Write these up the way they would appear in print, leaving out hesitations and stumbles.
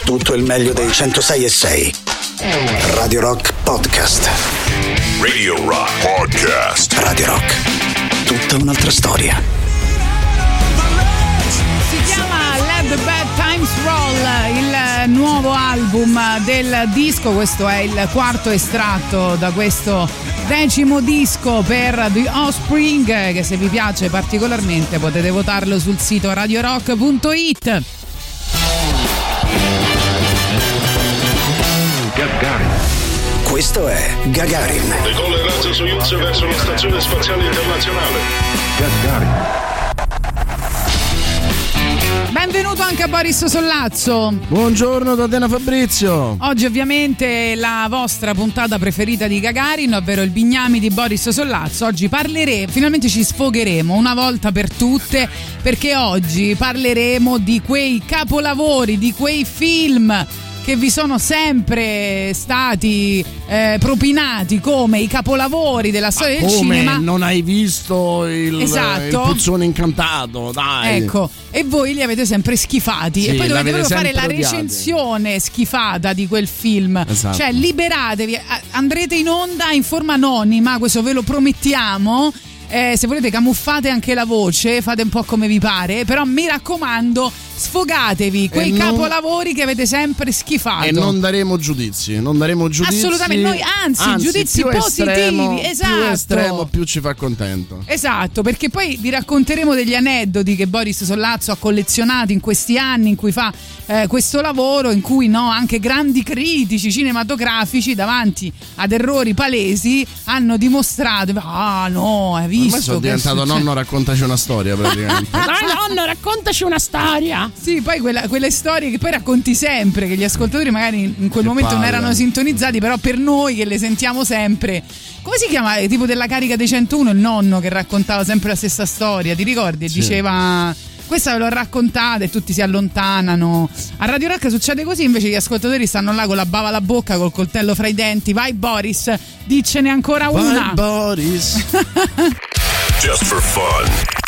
tutto il meglio dei 106.6. Radio Rock Podcast. Radio Rock Podcast. Radio Rock. Tutta un'altra storia. Si chiama Let the Bad Times Roll, il nuovo album del disco. Questo è il quarto estratto da questo 10° disco per The Offspring, che se vi piace particolarmente potete votarlo sul sito radiorock.it. Gagarin. Questo è Gagarin. Decolla il razzo Soyuz verso la stazione spaziale internazionale. Gagarin. Benvenuto anche a Boris Sollazzo. Buongiorno da Dena Fabrizio. Oggi ovviamente la vostra puntata preferita di Gagarin, ovvero il Bignami di Boris Sollazzo. Oggi finalmente ci sfogheremo una volta per tutte, perché oggi parleremo di quei capolavori, di quei film che vi sono sempre stati propinati come i capolavori della storia del cinema. Come non hai visto esatto. il Puzzone Incantato, dai. Ecco, e voi li avete sempre schifati, sì, e poi dovete proprio fare la odiati. Recensione schifata di quel film. Esatto. Cioè liberatevi, andrete in onda in forma anonima, questo ve lo promettiamo. Se volete camuffate anche la voce, fate un po' come vi pare, però mi raccomando, sfogatevi quei capolavori che avete sempre schifato. E non daremo giudizi. Assolutamente, noi anzi giudizi più positivi. Estremo, esatto. Più estremo, più ci fa contento. Esatto, perché poi vi racconteremo degli aneddoti che Boris Sollazzo ha collezionato in questi anni in cui fa questo lavoro, in cui anche grandi critici cinematografici davanti ad errori palesi hanno dimostrato: ah no, hai visto? Ormai sono diventato nonno, raccontaci una storia praticamente. Dai nonno, raccontaci una storia. Sì, poi quelle storie che poi racconti sempre, che gli ascoltatori magari in quel momento non erano sintonizzati, però per noi che le sentiamo sempre. Come si chiama? Tipo della carica dei 101, il nonno che raccontava sempre la stessa storia, ti ricordi? E sì. Diceva: questa ve l'ho raccontata, e tutti si allontanano. A Radio Rock succede così, invece gli ascoltatori stanno là con la bava alla bocca, col coltello fra i denti. Vai Boris, diccene ancora una. Vai Boris. Just for fun.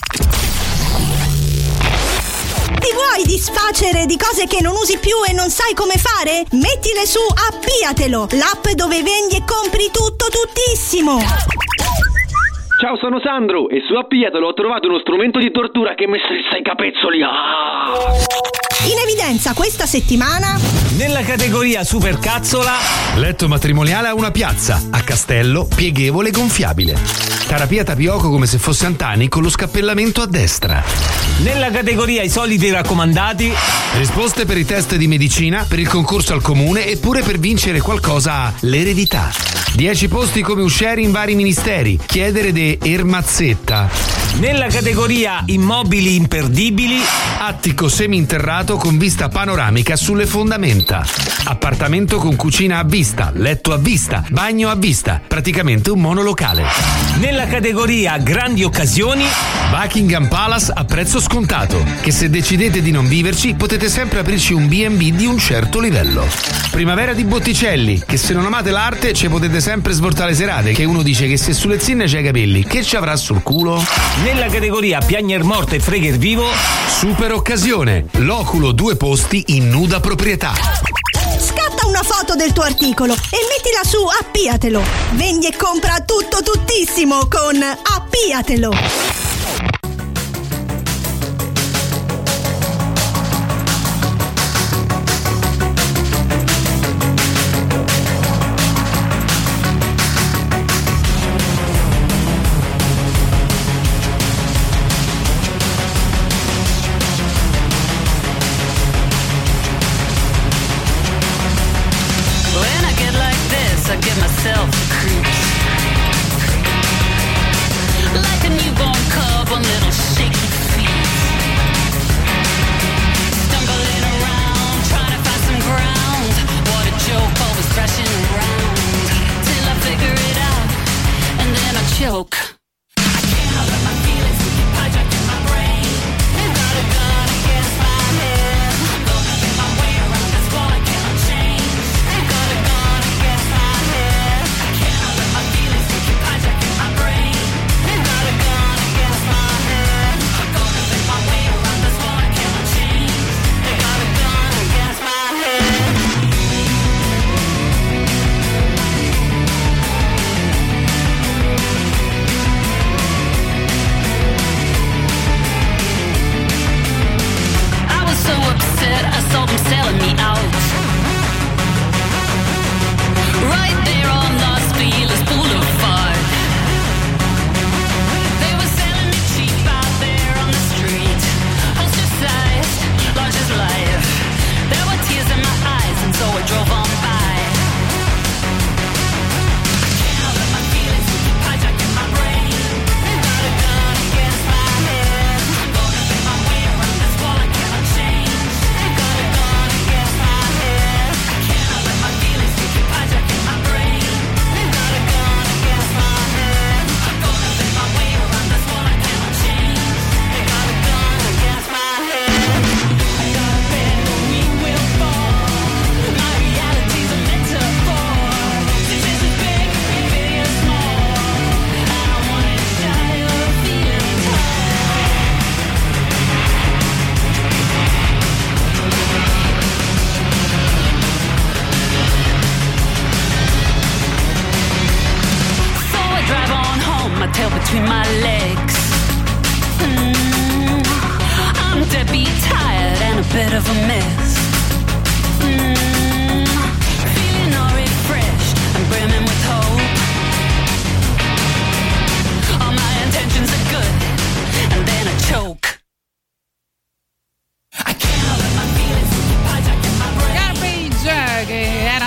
Ti vuoi disfacere di cose che non usi più e non sai come fare? Mettile su Appiatelo, l'app dove vendi e compri tutto tuttissimo. Ciao, sono Sandro e su Appiatelo ho trovato uno strumento di tortura che mi strizza i capezzoli. In evidenza questa settimana nella categoria supercazzola, letto matrimoniale a una piazza, a Castello, pieghevole gonfiabile. Terapia tapioco come se fosse Antani con lo scappellamento a destra. nella categoria i soliti raccomandati, risposte per i test di medicina, per il concorso al comune e pure per vincere qualcosa all'eredità. 10 posti come uscieri in vari ministeri, chiedere de Ermazzetta. Nella categoria immobili imperdibili, attico seminterrato con vista panoramica sulle fondamenta. Appartamento con cucina a vista, letto a vista, bagno a vista, praticamente un monolocale. Nella categoria grandi occasioni, Buckingham Palace a prezzo scontato, che se decidete di non viverci potete sempre aprirci un B&B di un certo livello. Primavera di Botticelli, che se non amate l'arte ci potete sempre svoltare le serate, che uno dice che se sulle zinne c'è i capelli, che ci avrà sul culo? Nella categoria piagner morto e fregher vivo, super occasione, loculo 2 posti in nuda proprietà. Scatta una foto del tuo articolo e mettila su Appiatelo. Vendi e compra tutto tuttissimo con Appiatelo.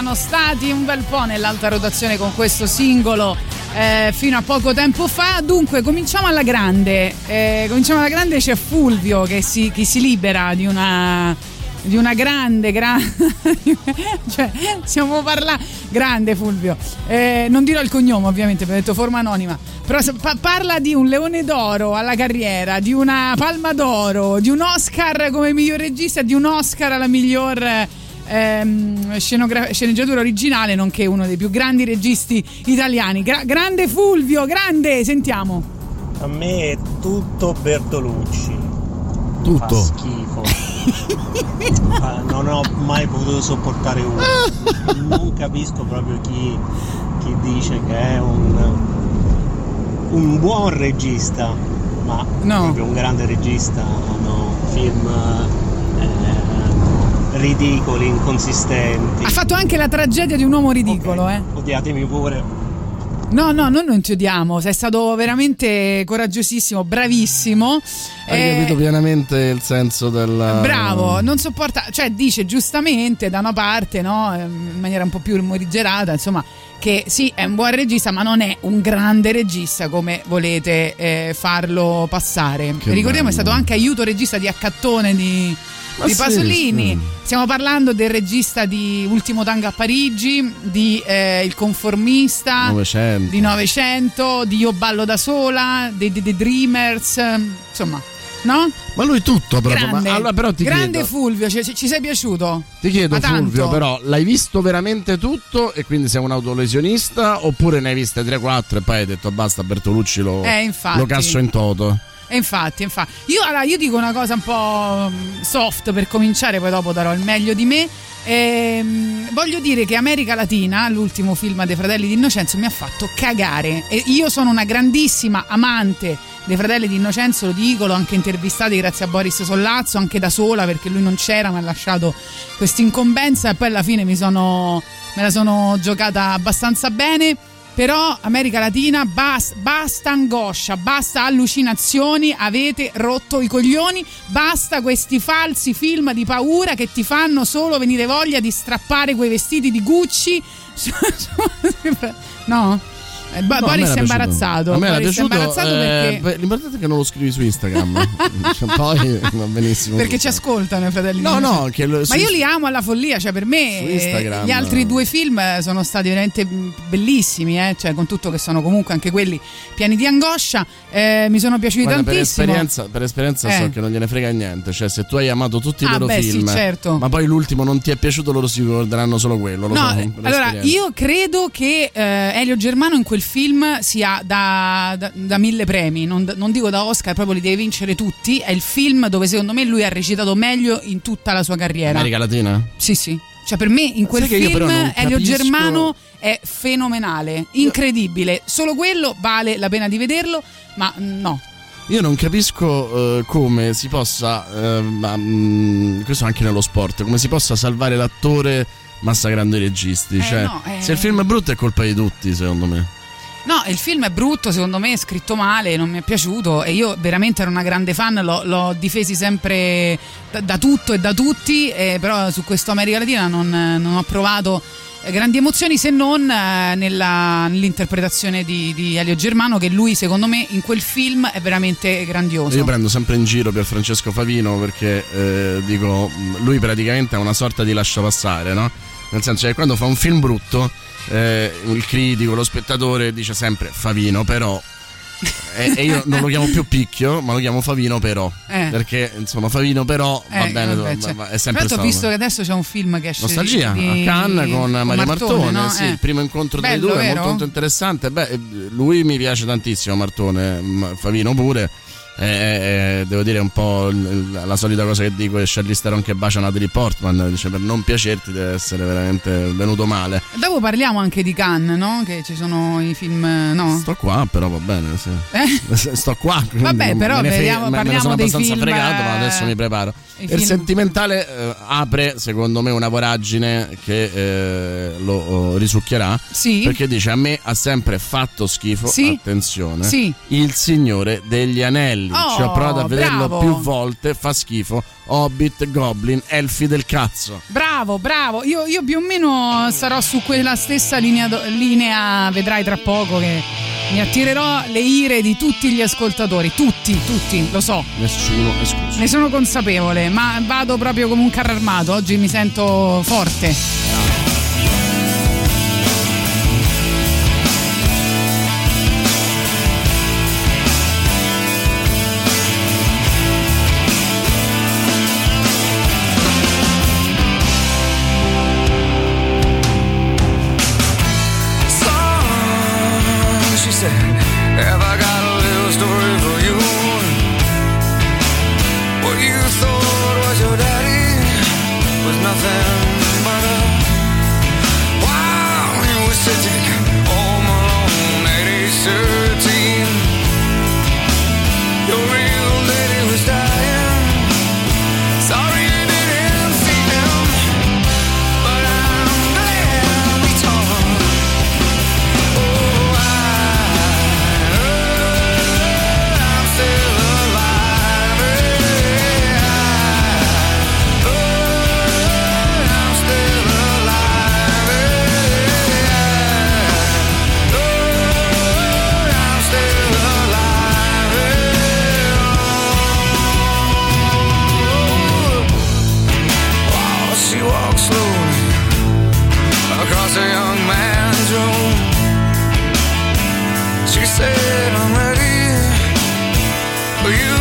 sono stati un bel po' nell'alta rotazione con questo singolo fino a poco tempo fa. Dunque cominciamo alla grande. C'è Fulvio che si libera di una grande cioè stiamo parlando grande Fulvio, non dirò il cognome ovviamente, perché ho detto forma anonima, però parla di un Leone d'Oro alla carriera, di una Palma d'Oro, di un Oscar come miglior regista, di un Oscar alla miglior sceneggiatura originale, nonché uno dei più grandi registi italiani. Grande Fulvio, grande, sentiamo. A me è tutto Bertolucci. Tutto. Fa schifo. Non ho mai potuto sopportare uno. Non capisco proprio chi dice che è un buon regista, ma proprio un grande regista. No, film ridicoli, inconsistenti. Ha fatto anche La tragedia di un uomo ridicolo, okay. Odiatemi pure. No, noi non ti odiamo, sei stato veramente coraggiosissimo, bravissimo. Hai capito pienamente il senso del... Bravo, non sopporta, cioè dice giustamente da una parte, no, in maniera un po' più morigerata, insomma, che sì, è un buon regista, ma non è un grande regista come volete farlo passare. Ricordiamo, è stato anche aiuto regista di Accattone di Pasolini. Sì. Stiamo parlando del regista di Ultimo tango a Parigi, di Il conformista, 900. Di 900, di Io ballo da sola, dei Dreamers, insomma, no? Ma lui tutto proprio. Grande, allora, però ti grande chiedo, Fulvio, ci sei piaciuto? Ti chiedo Fulvio, però l'hai visto veramente tutto e quindi sei un autolesionista, oppure ne hai viste 3-4 e poi hai detto basta, Bertolucci lo casso in toto? E infatti io dico una cosa un po' soft per cominciare, poi dopo darò il meglio di me. Voglio dire che America Latina, l'ultimo film dei Fratelli d'Innocenzo, mi ha fatto cagare, e io sono una grandissima amante dei Fratelli d'Innocenzo, lo dico, l'ho anche intervistati grazie a Boris Sollazzo, anche da sola perché lui non c'era, mi ha lasciato questa incombenza e poi alla fine me la sono giocata abbastanza bene. Però America Latina, basta angoscia, basta allucinazioni, avete rotto i coglioni, basta questi falsi film di paura che ti fanno solo venire voglia di strappare quei vestiti di Gucci. No? Boris è imbarazzato. A me era piaciuto, perché l'importante è che non lo scrivi su Instagram. Poi va benissimo. Perché ci ascoltano i fratelli. No, ma io li amo alla follia, cioè per me gli altri due film sono stati veramente bellissimi, cioè con tutto che sono comunque anche quelli pieni di angoscia, mi sono piaciuti tantissimo. Per esperienza so che non gliene frega niente, cioè se tu hai amato tutti i loro film, sì, certo. Ma poi l'ultimo non ti è piaciuto, loro si ricorderanno solo quello. Allora io credo che Elio Germano in quel film sia da 1000 premi, non dico da Oscar, proprio li deve vincere tutti. È il film dove secondo me lui ha recitato meglio in tutta la sua carriera. America Latina? Sì, cioè per me in quel film Elio Germano è fenomenale, incredibile, solo quello vale la pena di vederlo, ma no. Io non capisco come si possa, questo anche nello sport, come si possa salvare l'attore massacrando i registi. Se il film è brutto è colpa di tutti, secondo me. No, il film è brutto, secondo me è scritto male, non mi è piaciuto e io veramente ero una grande fan, l'ho difesi sempre da tutto e da tutti, però su questo America Latina non ho provato grandi emozioni, se non nell'interpretazione di Elio Germano, che lui secondo me in quel film è veramente grandioso. Io prendo sempre in giro Pier Francesco Favino perché dico, lui praticamente ha una sorta di lasciapassare, no? Nel senso che quando fa un film brutto il critico, lo spettatore dice sempre Favino però e io non lo chiamo più Picchio, ma lo chiamo Favino però perché insomma Favino però va bene, è sempre stato. Ho visto che adesso c'è un film che esce Nostalgia a Cannes con Mario Martone, no? Sì, il primo incontro dei due è molto interessante. Lui mi piace tantissimo, Martone, Favino pure. Devo dire un po' la solita cosa che dico, è Charlize Theron che bacia Natalie Portman, dice per non piacerti deve essere veramente venuto male. Dopo parliamo anche di Cannes, no? Che ci sono i film, no? Sto qua, però va bene, sì. Sto qua. Vabbè, però parliamo dei film. Sono fregato, ma adesso mi preparo. Il sentimentale apre, secondo me, una voragine che lo risucchierà. Sì. Perché dice: a me ha sempre fatto schifo, sì. Attenzione, sì. Il Signore degli Anelli. Lynch. Ho provato a vederlo bravo. più volte, fa schifo. Hobbit, Goblin, elfi del cazzo. Bravo. Io più o meno sarò su quella stessa linea, vedrai tra poco che mi attirerò le ire di tutti gli ascoltatori, tutti, lo so. Nessuno escluso. Ne sono consapevole, ma vado proprio come un carro armato, oggi mi sento forte. Have I got a little story for you? What you thought was your daddy was nothing but a while you were sitting home alone at age 13. Your real daddy was dying. Sorry you didn't see him, but I'm glad we talked. She walked slowly across a young man's room. She said, I'm ready for you.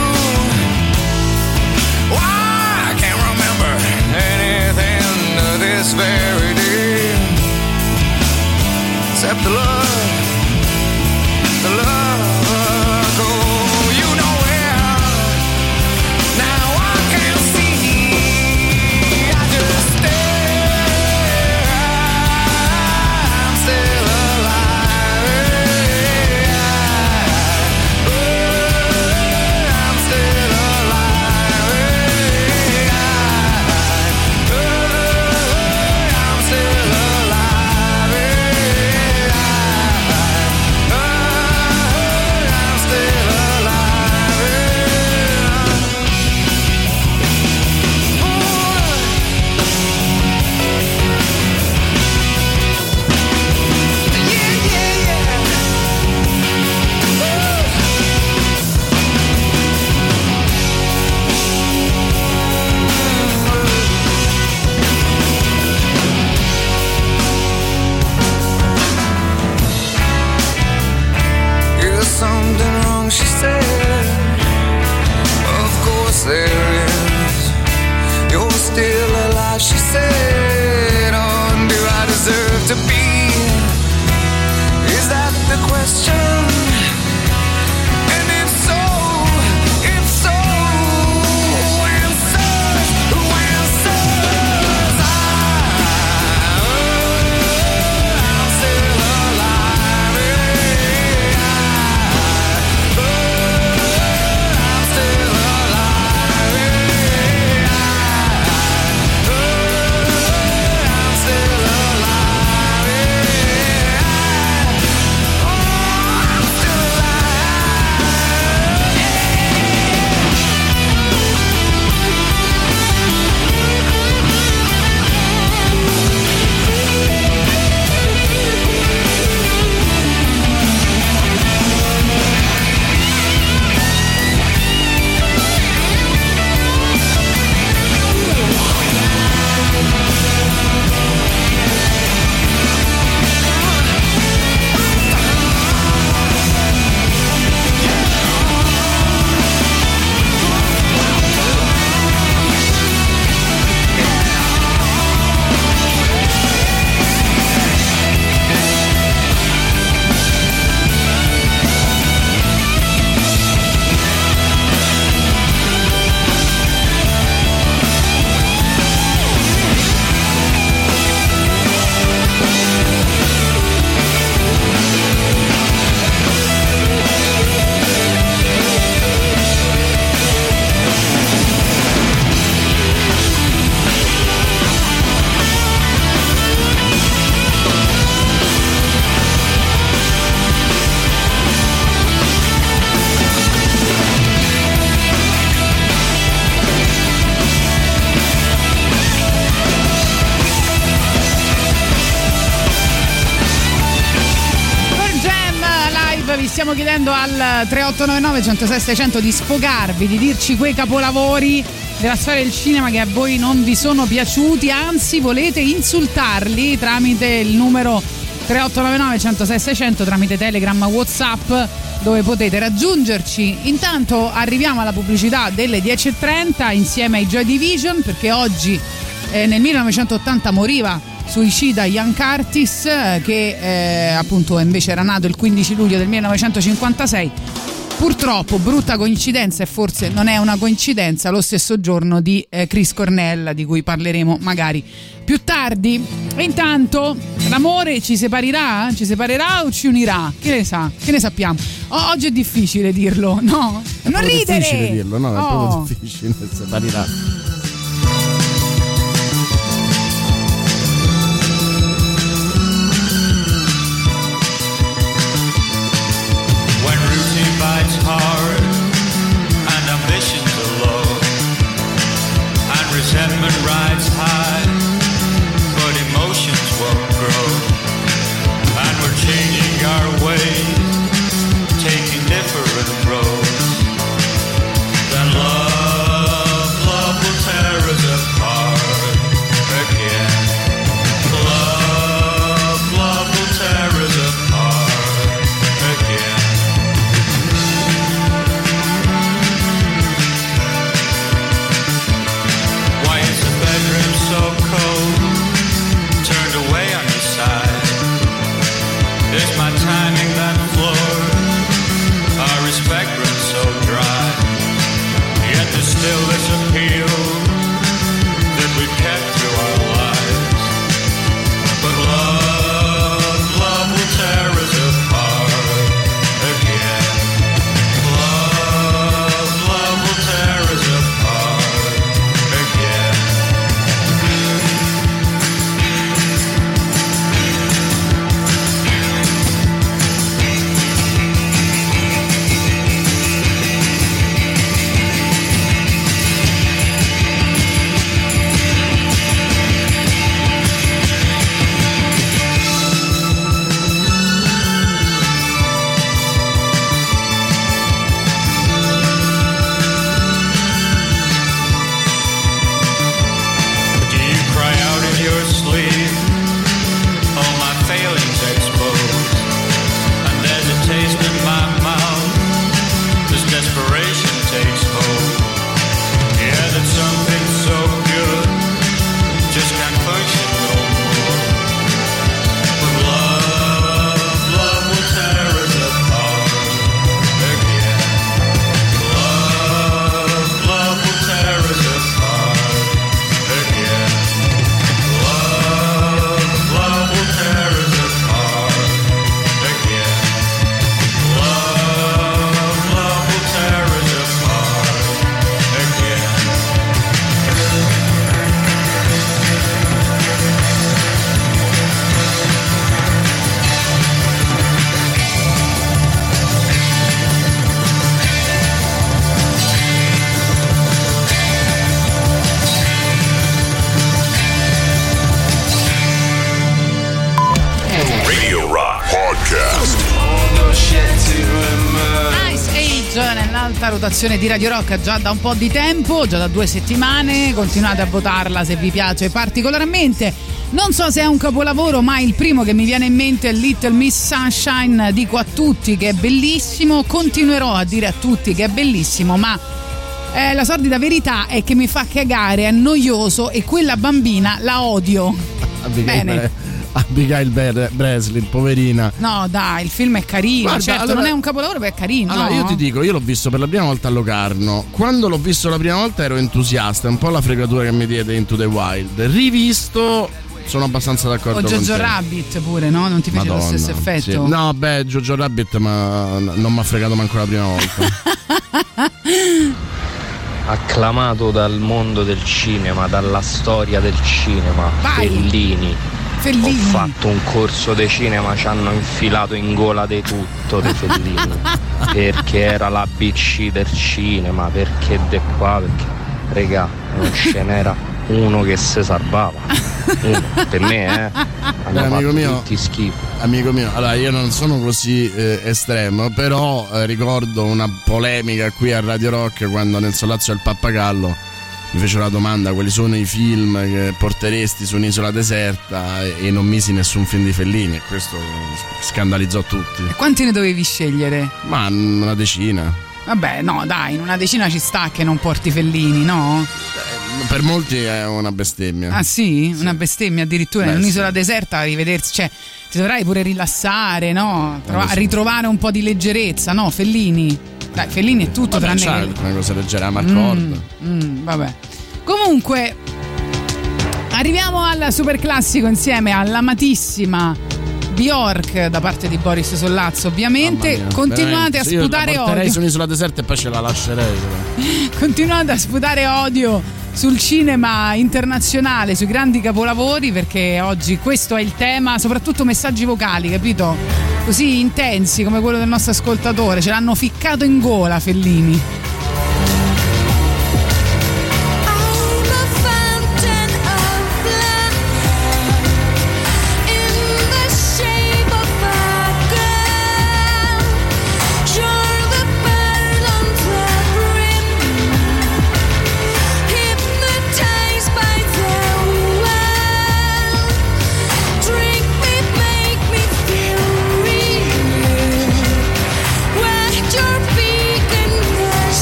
Why, I can't remember anything to this very day except the love. Go, you know where. Now I can't see. I just stare. I'm still alive. I'm still alive. I'm still alive. I'm still alive. Is something wrong, she said. Of course there is. You're still alive, she said. Oh, do I deserve to be? Is that the question? And if so, answers, who answers? I'm still alive. I'm still alive. I'm still alive. stiamo chiedendo al 3899 106 600 di sfogarvi, di dirci quei capolavori della storia del cinema che a voi non vi sono piaciuti, anzi volete insultarli tramite il numero 3899 106 600, tramite Telegram, WhatsApp, dove potete raggiungerci. Intanto arriviamo alla pubblicità delle 10.30 insieme ai Joy Division, perché oggi nel 1980 moriva suicida Ian Curtis, che appunto invece era nato il 15 luglio del 1956. Purtroppo, brutta coincidenza, e forse non è una coincidenza, lo stesso giorno di Chris Cornell, di cui parleremo magari più tardi. E intanto l'amore ci separerà? Ci separerà o ci unirà? Che ne sa? Che ne sappiamo? Oggi è difficile dirlo, no? Non ridere! È difficile dirlo, no? È proprio difficile, separerà. Bites hard and ambitions are low and resentment rides high, but emotions won't grow, and we're changing our ways, taking different roads. Then love will tear us apart again. Love will tear us apart again. So cold, turned away on your side. Is my timing that floored? Our respect runs so dry. Yet there's still this appeal that we've kept through our lives. But love will tear us apart again. Love will tear us apart again. Nell'alta rotazione di Radio Rock già da un po' di tempo, già da 2 settimane. Continuate a votarla se vi piace particolarmente. Non so se è un capolavoro, ma il primo che mi viene in mente è Little Miss Sunshine. Dico a tutti che è bellissimo, continuerò a dire a tutti che è bellissimo, ma la sordida verità è che mi fa cagare, è noioso e quella bambina la odio. Bene. Abigail Breslin, poverina. No dai, il film è carino. Guarda, certo, allora, non è un capolavoro, ma è carino. Allora, no? io ti dico, io l'ho visto per la prima volta a Locarno. Quando l'ho visto la prima volta ero entusiasta, un po' la fregatura che mi diede Into the Wild. Rivisto, sono abbastanza d'accordo con te. O Jojo Rabbit pure, no? Non ti fece lo stesso effetto? Sì. No, beh, Jojo Rabbit ma non mi ha fregato manco la prima volta. Acclamato dal mondo del cinema, dalla storia del cinema. Vai. Fellini. Fellini. Ho fatto un corso di cinema, ci hanno infilato in gola di tutto di Fellini. Perché era l'ABC del cinema, perché de qua, perché regà, non ce n'era uno che si salvava. Uno, per me, hanno fatto tutti schifo. Amico mio, allora io non sono così estremo, però ricordo una polemica qui a Radio Rock quando nel Sollazzo del Pappagallo mi fecero la domanda: quali sono i film che porteresti su un'isola deserta, e non misi nessun film di Fellini, e questo scandalizzò tutti. E quanti ne dovevi scegliere? Ma una decina. Vabbè, no, dai, in una decina ci sta che non porti Fellini, no? Per molti è una bestemmia. Ah sì? Una bestemmia addirittura. Beh, in un'isola deserta a rivedersi, cioè ti dovrai pure rilassare, no? Ritrovare un po' di leggerezza, no? Fellini. Dai, Fellini è tutto tranne che... una cosa leggera, Marcord. Vabbè. Comunque arriviamo al super classico insieme all'amatissima Bjork da parte di Boris Sollazzo, ovviamente. Continuate a sputare odio. Io la porterei su un'isola deserta e poi ce la lascerei. Continuate a sputare odio sul cinema internazionale, sui grandi capolavori, perché oggi questo è il tema, soprattutto messaggi vocali, capito? Così intensi come quello del nostro ascoltatore, ce l'hanno ficcato in gola Fellini. Your beacon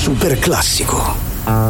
super classico.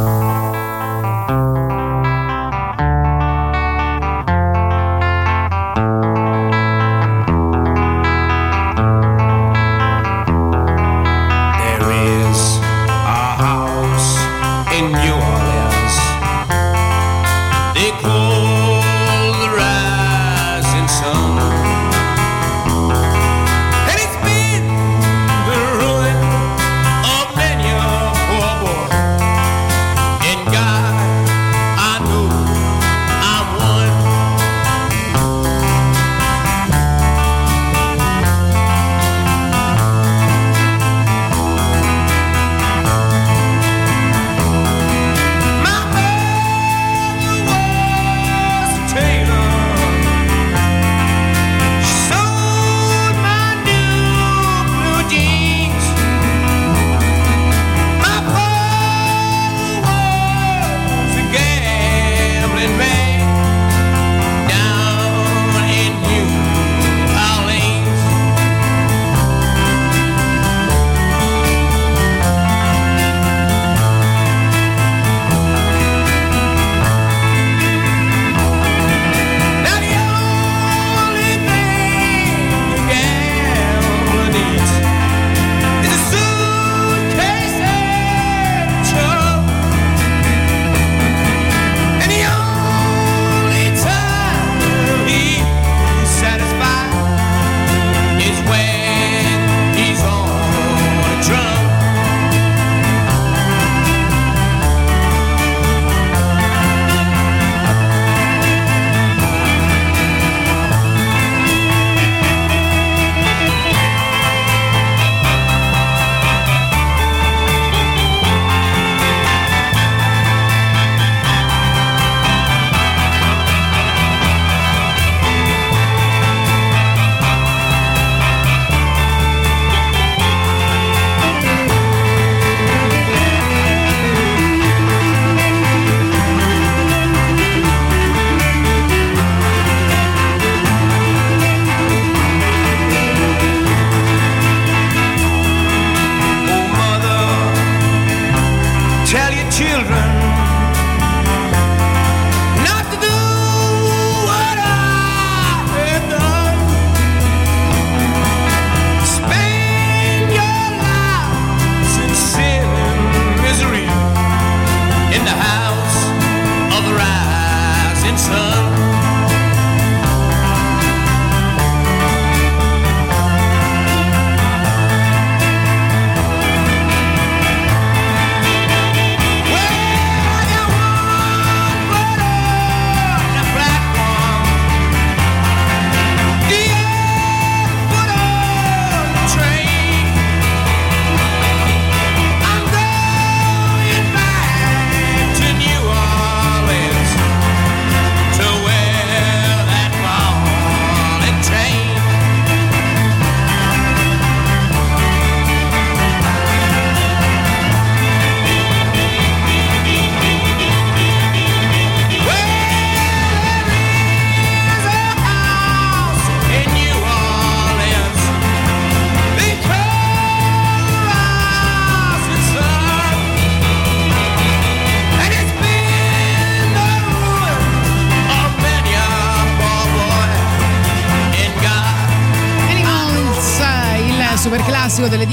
Delle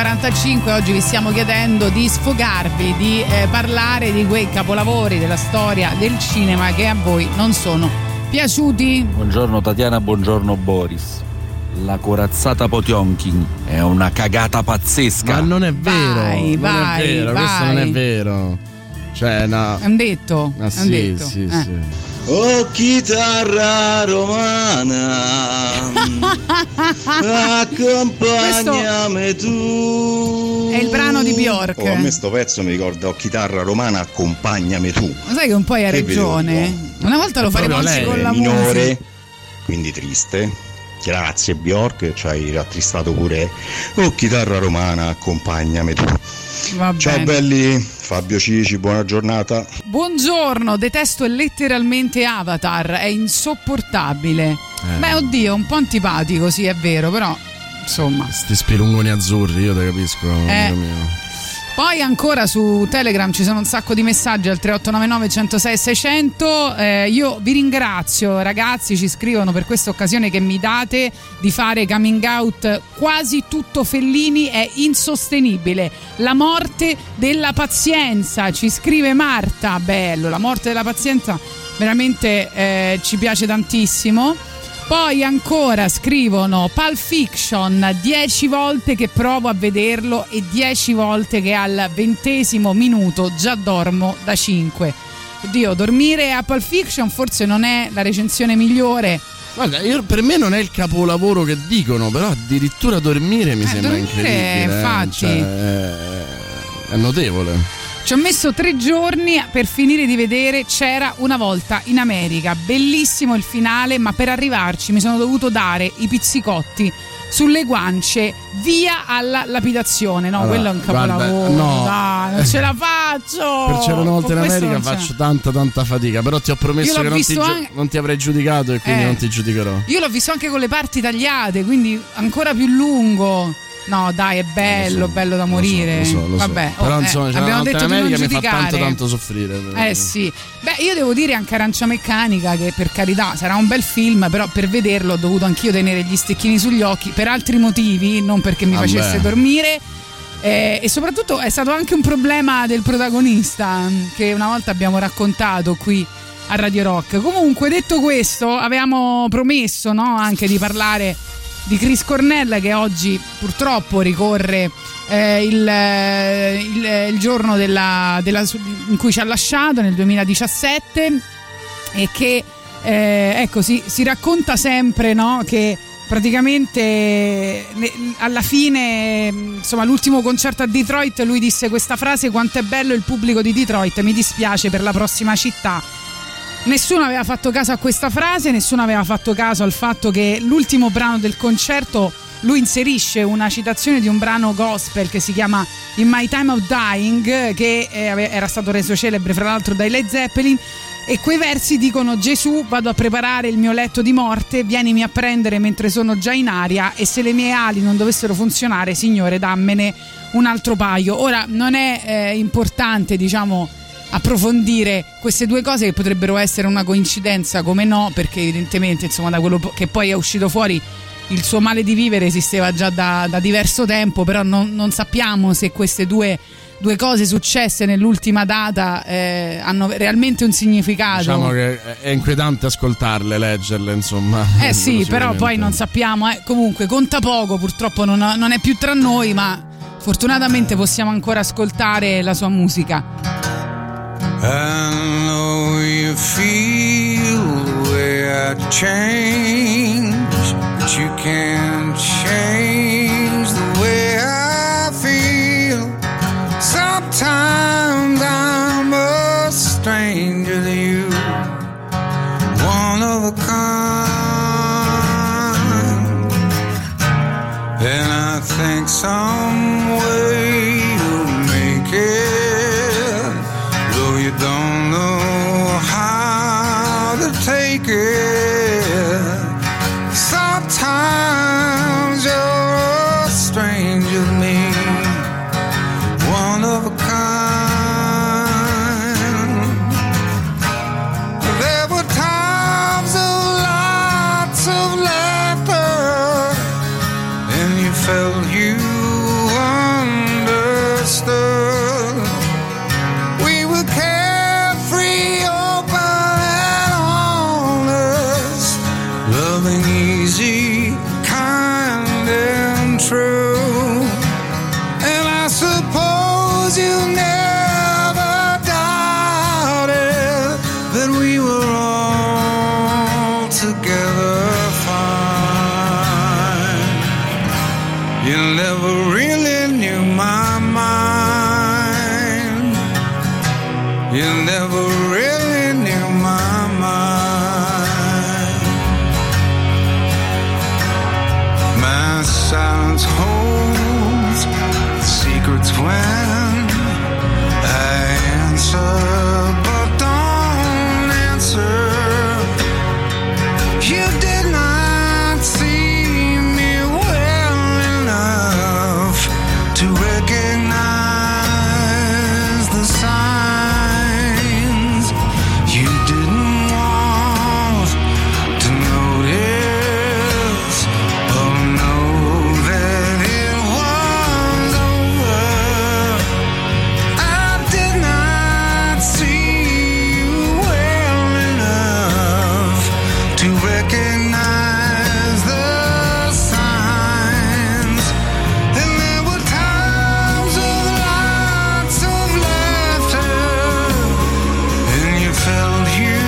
10:45 oggi vi stiamo chiedendo di sfogarvi, di parlare di quei capolavori della storia del cinema che a voi non sono piaciuti. Buongiorno Tatiana, buongiorno Boris. La corazzata Potionkin è una cagata pazzesca. Ma non è vero, vai, non vai, è vero, vai. Questo non è vero. Cioè, no. È un detto. Ah, sì, detto. Sì. Oh chitarra romana, accompagnami tu. È il brano di Bjork. Oh, a me sto pezzo mi ricorda, oh chitarra romana, accompagnami tu. Ma sai che un po' hai ragione. Una volta lo faremo anche con la minore, musica. Quindi triste. Grazie Bjork, ci hai rattristato pure. Oh chitarra romana, accompagnami tu. Va Ciao bene. belli, Fabio Cici, buona giornata. Buongiorno, detesto letteralmente Avatar, è insopportabile. Beh, oddio, un po' antipatico, sì, è vero, però insomma. Sti spilungoni azzurri, io te capisco, amico mio. Poi ancora su Telegram ci sono un sacco di messaggi al 3899 106 600. Io vi ringrazio ragazzi, ci scrivono, per questa occasione che mi date di fare coming out. Quasi tutto Fellini è insostenibile. La morte della pazienza, ci scrive Marta. Bello, la morte della pazienza veramente ci piace tantissimo. Poi ancora scrivono Pulp Fiction, 10 volte che provo a vederlo e 10 volte che al 20° minuto già dormo da 5. Oddio, dormire a Pulp Fiction forse non è la recensione migliore. Guarda, per me non è il capolavoro che dicono, però addirittura dormire mi sembra incredibile. Infatti. È notevole. Ci ho messo 3 giorni per finire di vedere C'era una volta in America. Bellissimo il finale, ma per arrivarci mi sono dovuto dare i pizzicotti sulle guance via alla lapidazione. No, allora, quello è un capolavoro. No, dai, non ce la faccio. Per C'era una volta in America faccio tanta fatica, però ti ho promesso che non ti avrei giudicato e quindi non ti giudicherò. Io l'ho visto anche con le parti tagliate, quindi ancora più lungo. No, dai, è bello, bello da morire. Lo so. Vabbè, però insomma, abbiamo detto di non giudicare. Mi fa tanto soffrire. Sì. Beh, io devo dire anche Arancia Meccanica, che per carità sarà un bel film, però per vederlo ho dovuto anch'io tenere gli stecchini sugli occhi per altri motivi, non perché mi facesse dormire. E soprattutto è stato anche un problema del protagonista, che una volta abbiamo raccontato qui a Radio Rock. Comunque, detto questo, avevamo promesso, no, anche di parlare di Chris Cornell, che oggi purtroppo ricorre il giorno in cui ci ha lasciato, nel 2017, e che ecco, si racconta sempre, no, che praticamente alla fine, insomma, l'ultimo concerto a Detroit, lui disse questa frase: quanto è bello il pubblico di Detroit, mi dispiace per la prossima città. Nessuno aveva fatto caso a questa frase, nessuno aveva fatto caso al fatto che l'ultimo brano del concerto lui inserisce una citazione di un brano gospel che si chiama In My Time of Dying, che era stato reso celebre fra l'altro dai Led Zeppelin, e quei versi dicono: Gesù, vado a preparare il mio letto di morte, vienimi a prendere mentre sono già in aria, e se le mie ali non dovessero funzionare, Signore, dammene un altro paio. Ora, non è importante, diciamo, approfondire queste due cose, che potrebbero essere una coincidenza, come no, perché evidentemente, insomma, da quello che poi è uscito fuori, il suo male di vivere esisteva già da diverso tempo, però non sappiamo se queste due cose successe nell'ultima data hanno realmente un significato. Diciamo che è inquietante ascoltarle, leggerle, insomma. Sì, però poi non sappiamo. Comunque conta poco, purtroppo non è più tra noi, ma fortunatamente possiamo ancora ascoltare la sua musica. I know you feel the way I change, but you can't change the way I feel. Sometimes I'm a stranger to you, one of a kind, and I think some way you'll make it. You don't know how to take it. Sometimes you're a stranger to me, one of a kind. There were times of lots of laughter, and you felt you understood. Easy, kind and true, and I suppose you never doubted that we were all together fine. You never really knew my mind. You never really knew my mind. Silence holds secrets when I answer, but don't answer. You did not see me well enough to recognize recognize the signs. And there were times of lots of laughter, and you felt you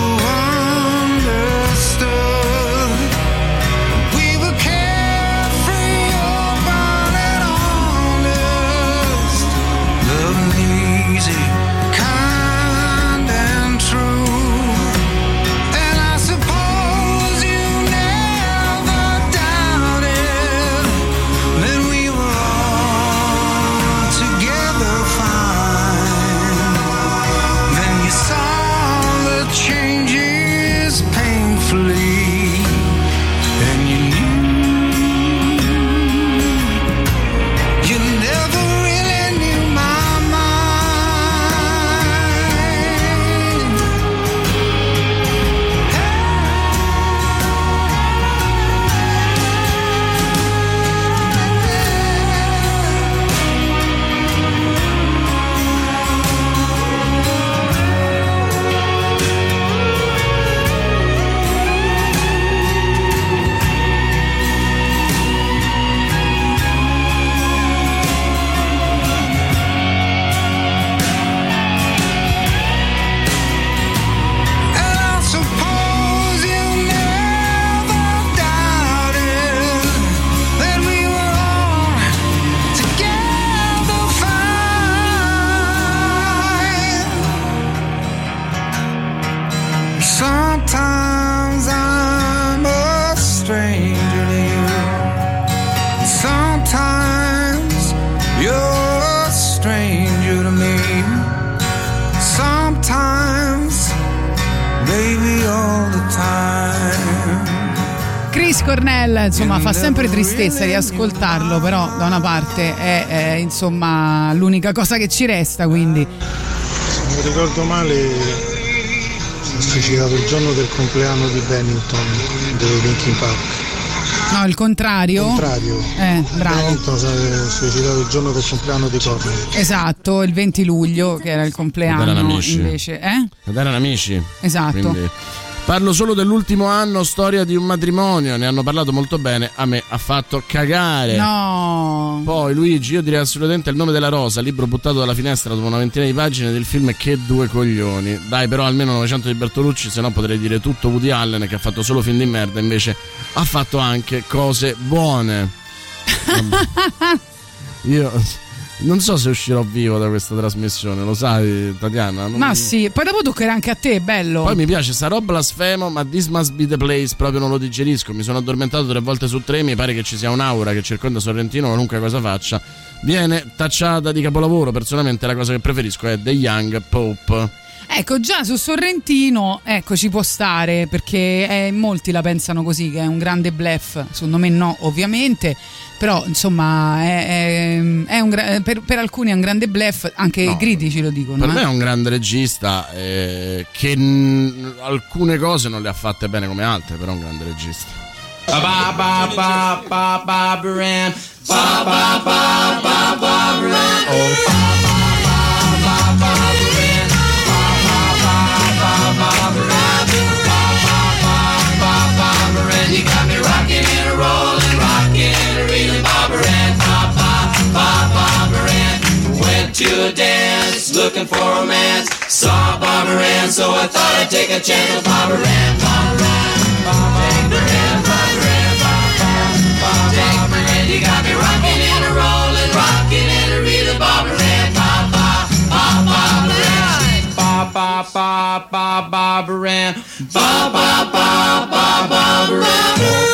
understood. We were carefree, open and honest, loving easy, kind and true. And I suppose you never doubted that we were all together fine. Then you saw the changes painfully, and you knew you never really knew my mind. And I suppose you never doubted that we were all together fine. Sometimes I'm a stranger to you. Sometimes you're a stranger to me. Sometimes, baby, all the time. Chris Cornell, insomma, fa sempre tristezza riascoltarlo, però da una parte è insomma l'unica cosa che ci resta, quindi Se non ricordo male, si è suicidato il giorno del compleanno di Bennington dei Linkin Park. no, il contrario. Contrario. Bravo. Bennington si è suicidato il giorno del compleanno di Cornell. Esatto, il 20 luglio che era il Ed compleanno erano amici. invece, Ed erano amici. Esatto. Quindi parlo solo dell'ultimo anno, storia di un matrimonio. Ne hanno parlato molto bene. A me ha fatto cagare. No. Poi Luigi, io direi assolutamente Il nome della rosa, libro buttato dalla finestra dopo una ventina di pagine del film Che due coglioni. Dai, però almeno 900 di Bertolucci, se no potrei dire tutto Woody Allen, che ha fatto solo film di merda, invece ha fatto anche cose buone. Io non so se uscirò vivo da questa trasmissione, lo sai, Tatiana? Ma sì, poi dopo toccherà anche a te, bello. Poi mi piace, sarò blasfemo, ma This Must Be The Place proprio non lo digerisco. Mi sono addormentato 3 volte su 3. Mi pare che ci sia un'aura che circonda Sorrentino, qualunque cosa faccia viene tacciata di capolavoro. Personalmente la cosa che preferisco è The Young Pope. Ecco, già su Sorrentino, ecco, ci può stare, perché molti la pensano così, che è un grande bluff. Secondo me no, ovviamente, però insomma è per alcuni è un grande bluff, anche No, i critici lo dicono. Per me è un grande regista che alcune cose non le ha fatte bene come altre, però è un grande regista. You got me rocking and a rolling, rocking and a reeling, Barbara Ann, Barbara Ann. Went to a dance, looking for romance. Saw Barbara Ann, so I thought I'd take a chance with Barbara Ann, Barbara Ann, Barbara Ann, Barbara Ann, Barbara Ann. You got me rocking and a rolling, rocking and a reeling, Barbara Ann, Barbara Ann, Barbara Ann, Barbara Ann.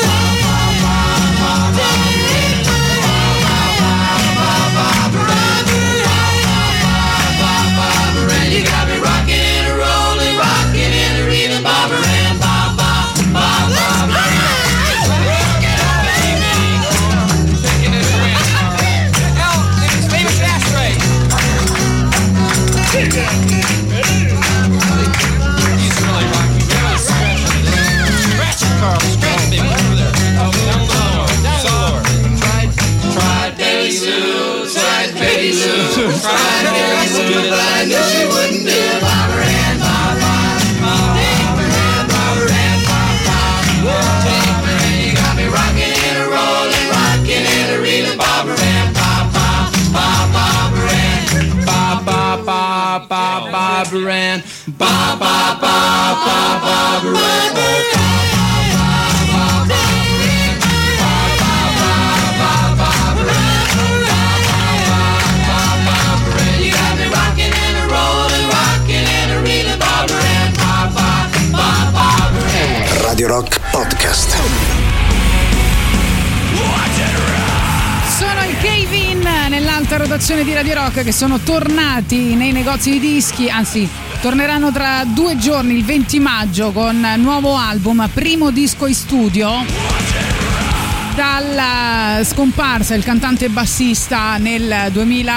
You got me rocking and a rolling, rocking and a reeling, Barbara Ann, Barbara Ann. Get up, baby. Taking it away. It's famous ashtray. He's really rocking. Barbara Ann. Ba ba ba ba Barbara Ann. You got me rocking and a rolling, rocking and a reeling, Barbara Ann. Ba ba ba Barbara Ann. Radio Rock Podcast. Sono i Cave-In nell'alta rotazione di Radio Rock, che sono tornati nei negozi di dischi, anzi torneranno tra 2 giorni, il 20 maggio, con nuovo album, primo disco in studio dalla scomparsa il cantante e bassista nel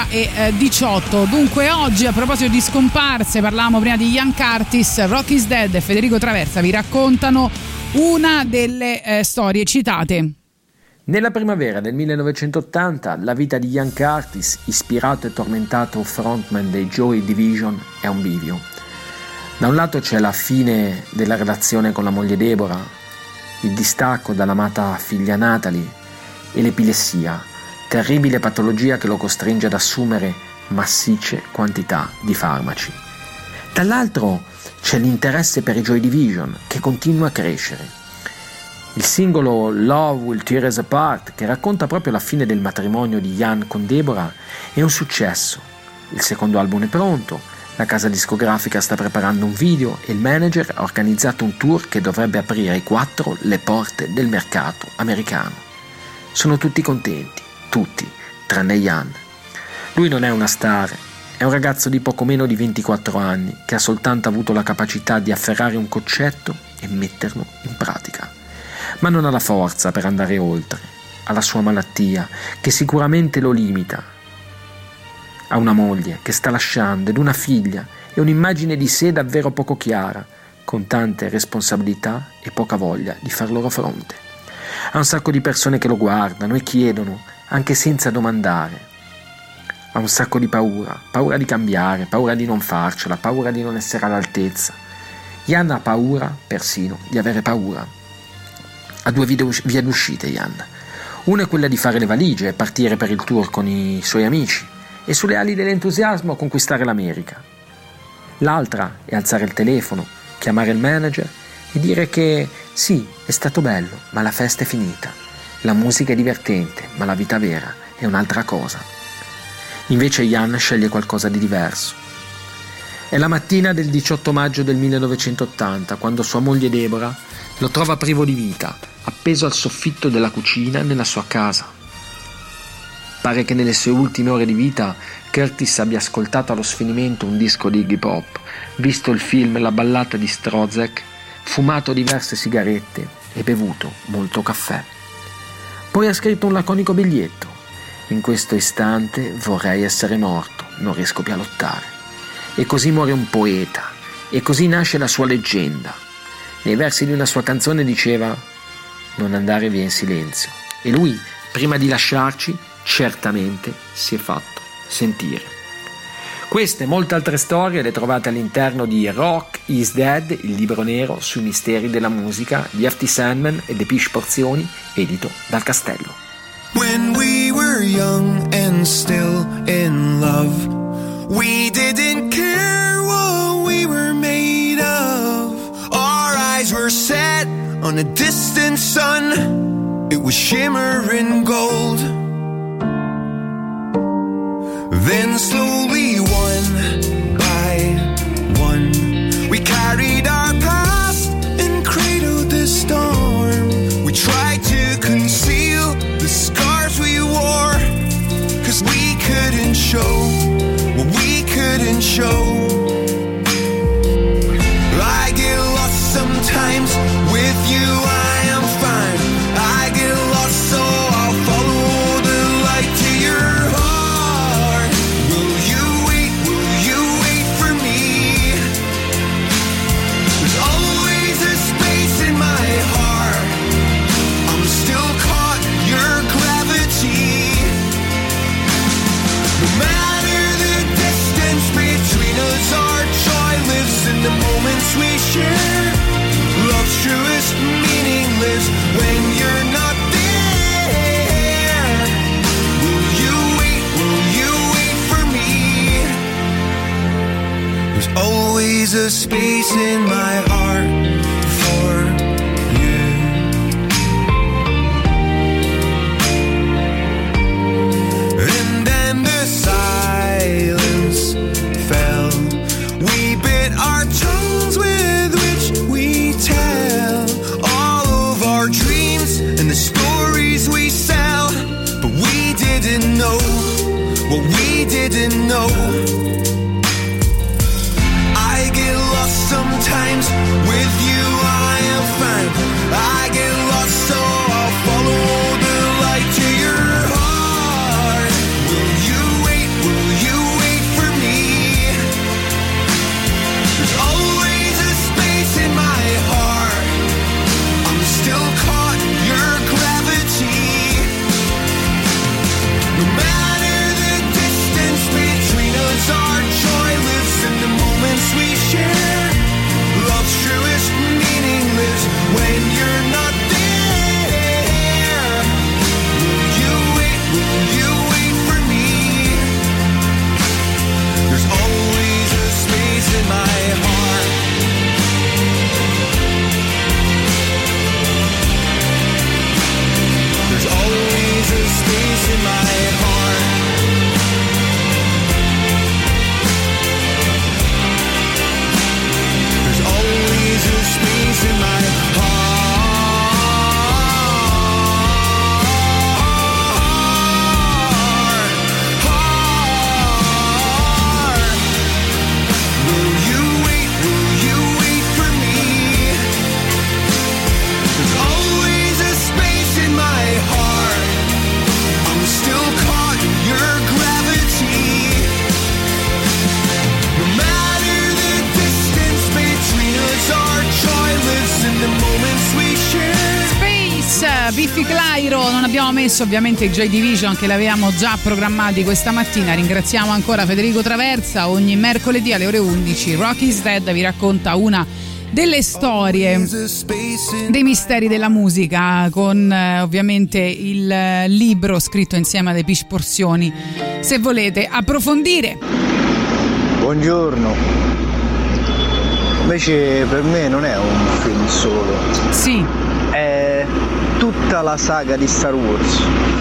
2018. Dunque oggi, a proposito di scomparse, parlavamo prima di Ian Curtis, Rock is Dead e Federico Traversa vi raccontano una delle storie citate. Nella primavera del 1980 la vita di Ian Curtis, ispirato e tormentato frontman dei Joy Division, è un bivio. Da un lato c'è la fine della relazione con la moglie Deborah, il distacco dall'amata figlia Natalie e l'epilessia, terribile patologia che lo costringe ad assumere massicce quantità di farmaci. Dall'altro c'è l'interesse per i Joy Division, che continua a crescere. Il singolo Love Will Tear Us Apart, che racconta proprio la fine del matrimonio di Ian con Deborah, è un successo. Il secondo album è pronto, la casa discografica sta preparando un video e il manager ha organizzato un tour che dovrebbe aprire ai 4 le porte del mercato americano. Sono tutti contenti, tutti, tranne Ian. Lui non è una star, è un ragazzo di poco meno di 24 anni che ha soltanto avuto la capacità di afferrare un concetto e metterlo in pratica. Ma non ha la forza per andare oltre, ha la sua malattia che sicuramente lo limita. Ha una moglie che sta lasciando ed una figlia e un'immagine di sé davvero poco chiara, con tante responsabilità e poca voglia di far loro fronte. Ha un sacco di persone che lo guardano e chiedono, anche senza domandare. Ha un sacco di paura di cambiare, paura di non farcela, paura di non essere all'altezza. Ian ha paura persino di avere paura. Ha 2 vie d'uscita Ian. Una è quella di fare le valigie e partire per il tour con i suoi amici e sulle ali dell'entusiasmo conquistare l'America. L'altra è alzare il telefono, chiamare il manager e dire che sì, è stato bello, ma la festa è finita. La musica è divertente, ma la vita vera è un'altra cosa. Invece Ian sceglie qualcosa di diverso. È la mattina del 18 maggio del 1980 quando sua moglie Deborah lo trova privo di vita, appeso al soffitto della cucina nella sua casa. Pare che nelle sue ultime ore di vita Curtis abbia ascoltato allo sfinimento un disco di Iggy Pop, visto il film La ballata di Strozek, fumato diverse sigarette e bevuto molto caffè. Poi ha scritto un laconico biglietto: in questo istante vorrei essere morto, non riesco più a lottare. E così muore un poeta, e così nasce la sua leggenda. Nei versi di una sua canzone diceva: non andare via in silenzio. E lui, prima di lasciarci, certamente si è fatto sentire. Queste e molte altre storie le trovate all'interno di Rock is Dead, il libro nero sui misteri della musica di F.T. Sandman e Depeche Porzioni, edito dal Castello. When we were young and still in love, we didn't care what we were made of. Our eyes were set on a distant sun, it was shimmering gold. Then slowly, one by one, we carried our past and cradled the storm. We tried to conceal the scars we wore, 'cause we couldn't show what we couldn't show. I get lost sometimes, with you I am fine. I get lost, so I'll follow the light to your heart. Will you space in my heart for you. And then the silence fell. We bit our tongues with which we tell all of our dreams and the stories we sell. But we didn't know what we didn't know. I get lost sometimes, with you I am fine. I get lost, so I'll follow the light to your heart. Will you wait for me? There's always a space in my heart. I'm still caught in your gravity. No matter the distance between us, our joy lives in the moments we share. Love's truest meaning lives when you're not there. Will you wait for me? There's always a space in my heart. There's always a space in my heart. There's always a space in my heart. Will you wait for me? There's always a space in my heart. I'm still caught in your gravity. No matter the distance between us, our joy lives in the moments we share. Space, Biffy Clyro. Non abbiamo messo ovviamente i Joy Division, che l'avevamo già programmati questa mattina. Ringraziamo ancora Federico Traversa. Ogni mercoledì alle ore 11 Rock is Dead vi racconta una delle storie, dei misteri della musica, con ovviamente il libro scritto insieme alle Pish Porzioni, se volete approfondire. Buongiorno. Invece per me non è un film solo. Sì. È tutta la saga di Star Wars.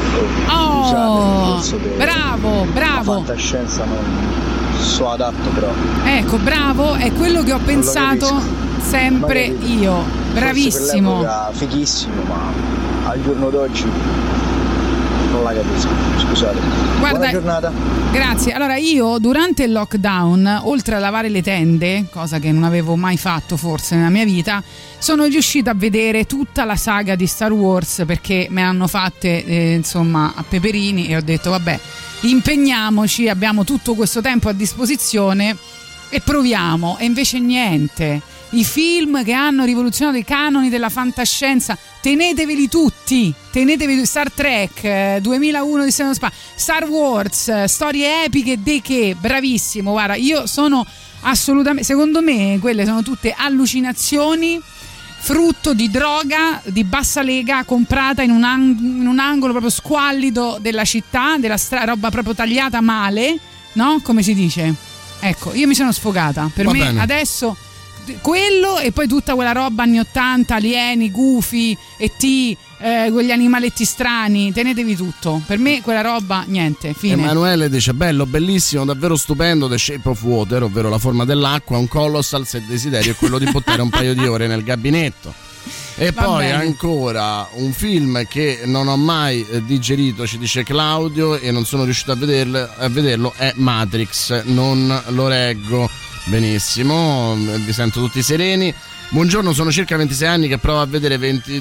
Oh, bravo. La fantascienza non so adatto, però. Ecco, bravo, è quello che ho pensato sempre io. Bravissimo. Per l'epoca fighissimo, ma al giorno d'oggi non la capisco. Scusate. Guarda, buona giornata. Grazie. Allora, io durante il lockdown, oltre a lavare le tende, cosa che non avevo mai fatto forse nella mia vita, sono riuscita a vedere tutta la saga di Star Wars, perché me l'hanno fatte insomma a peperini, e ho detto vabbè, impegniamoci, abbiamo tutto questo tempo a disposizione e proviamo. E invece niente. I film che hanno rivoluzionato i canoni della fantascienza, teneteveli tutti, Star Trek, 2001 di Star Wars, storie epiche de che, bravissimo. Guarda, io sono assolutamente, secondo me quelle sono tutte allucinazioni, frutto di droga di bassa lega comprata in un angolo proprio squallido della città, della roba proprio tagliata male, no? Come si dice? Ecco, io mi sono sfogata. Per me bene. Adesso quello, e poi tutta quella roba anni 80, alieni, Goofy, E.T., quegli animaletti strani, tenetevi tutto. Per me quella roba, niente, fine. Emanuele dice: bello, bellissimo, davvero stupendo, The Shape of Water, ovvero La forma dell'acqua, un colossal se il desiderio è quello di buttare un paio di ore nel gabinetto. E va poi bene. Ancora un film che non ho mai digerito, ci dice Claudio, e non sono riuscito a vederlo, è Matrix, non lo reggo. Benissimo, vi sento tutti sereni. Buongiorno, sono circa 26 anni che provo a vedere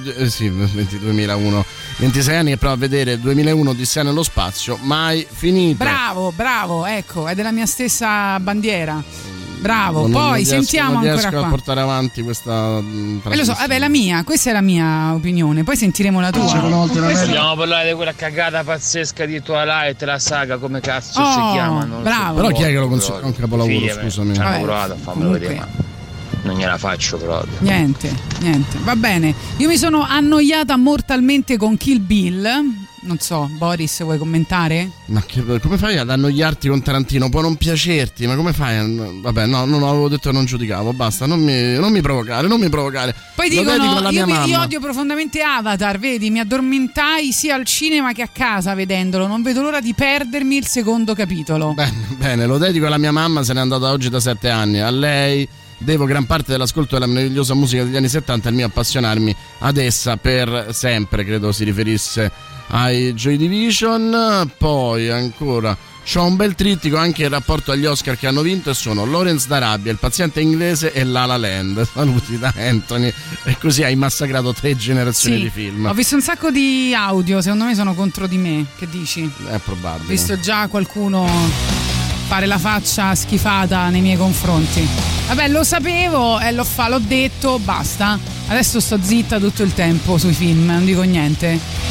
2001. 26 anni che provo a vedere 2001 Odissea nello spazio, mai finito. Bravo, ecco, è della mia stessa bandiera. Bravo, poi sentiamo non ancora qua. A portare avanti questa lo so, vabbè, questa è la mia opinione, poi sentiremo la tua. Vogliamo parlare di quella cagata pazzesca di Twilight, la saga, come cazzo si chiama? Non bravo. Però chi è che lo considera un capolavoro, scusami. Ci hanno provato a farmelo vedere, ma non gliela faccio proprio. Niente, va bene. Io mi sono annoiata mortalmente con Kill Bill, Non so, Boris, vuoi commentare? Ma come fai ad annoiarti con Tarantino? Può non piacerti, ma come fai? Vabbè, no, avevo detto che non giudicavo, basta, non mi provocare. Poi dicono, io odio profondamente Avatar, vedi, mi addormentai sia al cinema che a casa vedendolo, non vedo l'ora di perdermi il secondo capitolo. Bene, lo dedico alla mia mamma, se n'è andata oggi da 7 anni, a lei devo gran parte dell'ascolto della meravigliosa musica degli anni 70 e il mio appassionarmi ad essa per sempre, credo si riferisse ai Joy Division. Poi ancora c'ho un bel trittico anche in rapporto agli Oscar che hanno vinto, e sono Lawrence d'Arabia, Il paziente inglese e La La Land. Saluti da Anthony. E così hai massacrato 3 generazioni di film. Ho visto un sacco di audio, secondo me sono contro di me, che dici? È probabile. Ho visto già qualcuno fare la faccia schifata nei miei confronti. Vabbè, lo sapevo e l'ho detto, basta. Adesso sto zitta tutto il tempo sui film, non dico niente.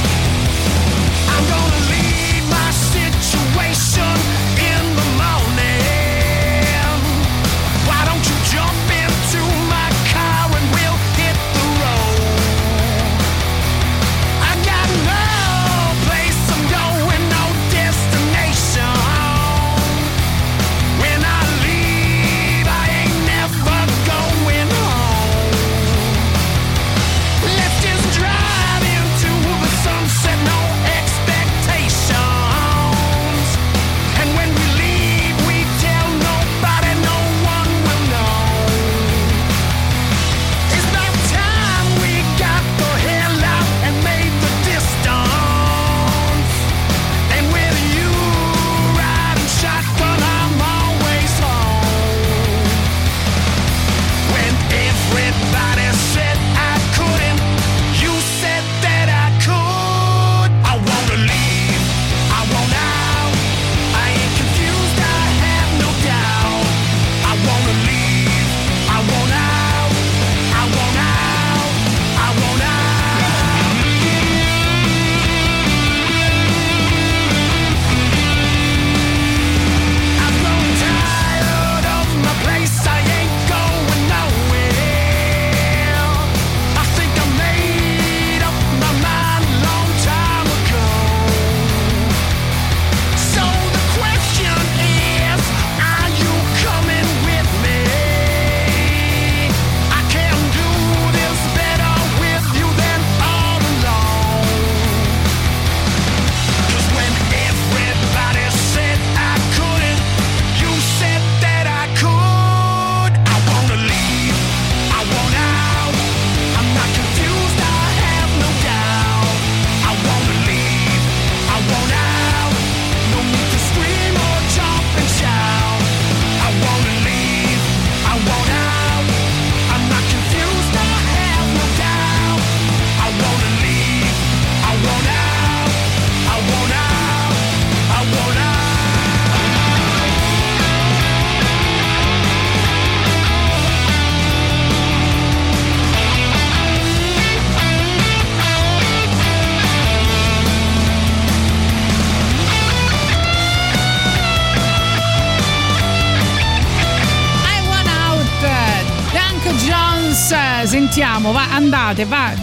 Sentiamo, andate, vai.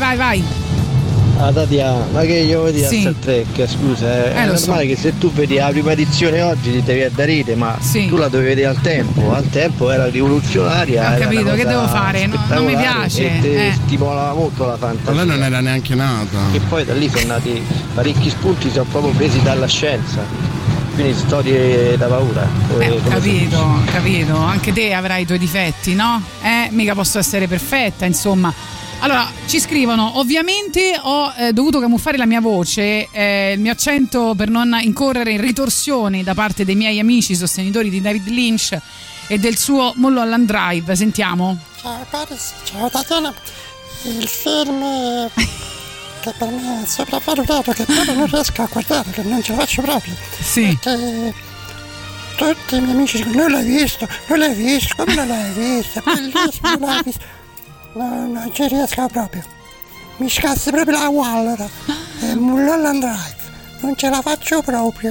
Tatiana, ma che io vedi a Star Trek, scusa, è normale che se tu vedi la prima edizione oggi ti devi da ride, ma tu la dovevi vedere al tempo era rivoluzionaria. Ho capito, che devo fare? Non mi piace. E stimolava molto la fantasia. Ma lei non era neanche nata. E poi da lì sono nati parecchi spunti, sono proprio presi dalla scienza. Quindi storie da paura. Capito, anche te avrai i tuoi difetti, no? Mica posso essere perfetta, insomma. Allora, ci scrivono, ovviamente ho dovuto camuffare la mia voce, il mio accento per non incorrere in ritorsioni da parte dei miei amici sostenitori di David Lynch e del suo Mulholland Drive. Sentiamo. Ciao Paris, ciao Tatiana. Il film che per me è sopravvalutato, che proprio non riesco a guardare, che non ce la faccio proprio. Sì. Perché tutti i miei amici dicono non l'hai visto, come non l'hai visto, è bellissimo, non l'hai visto. No, non ci riesco proprio. Mi scassi proprio la Wallera. Mulholland Drive. Non ce la faccio proprio.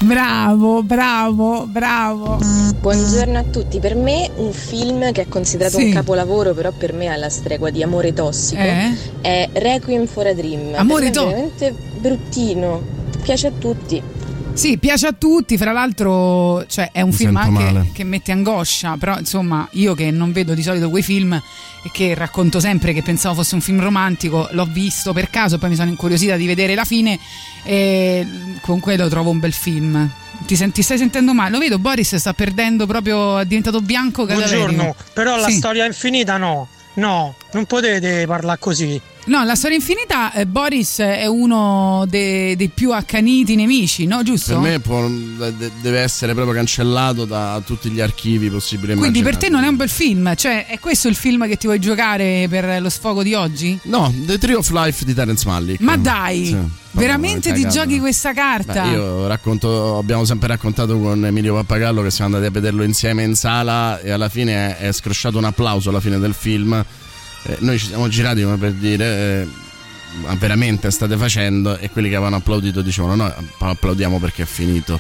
Bravo. Buongiorno a tutti. Per me un film che è considerato un capolavoro, però per me è alla stregua di Amore tossico, è Requiem for a Dream. Amore è veramente bruttino, piace a tutti. Sì, piace a tutti, fra l'altro, cioè è un film anche che mette angoscia, però insomma io che non vedo di solito quei film e che racconto sempre che pensavo fosse un film romantico, l'ho visto per caso, poi mi sono incuriosita di vedere la fine e comunque lo trovo un bel film. Ti stai sentendo male? Lo vedo, Boris sta perdendo proprio, è diventato bianco cadaverico. Buongiorno, però la storia infinita no, non potete parlare così. No, la storia infinita, Boris è uno dei più accaniti nemici, no? Giusto? Per me deve essere proprio cancellato da tutti gli archivi possibili. Quindi per te non è un bel film? Cioè, è questo il film che ti vuoi giocare per lo sfogo di oggi? No, The Tree of Life di Terence Malick. Ma dai! Sì, veramente ti giochi questa carta? Beh, io abbiamo sempre raccontato con Emilio Pappagallo che siamo andati a vederlo insieme in sala e alla fine è scrosciato un applauso alla fine del film. Noi ci siamo girati come per dire ma veramente state facendo, e quelli che avevano applaudito dicevano no, applaudiamo perché è finito.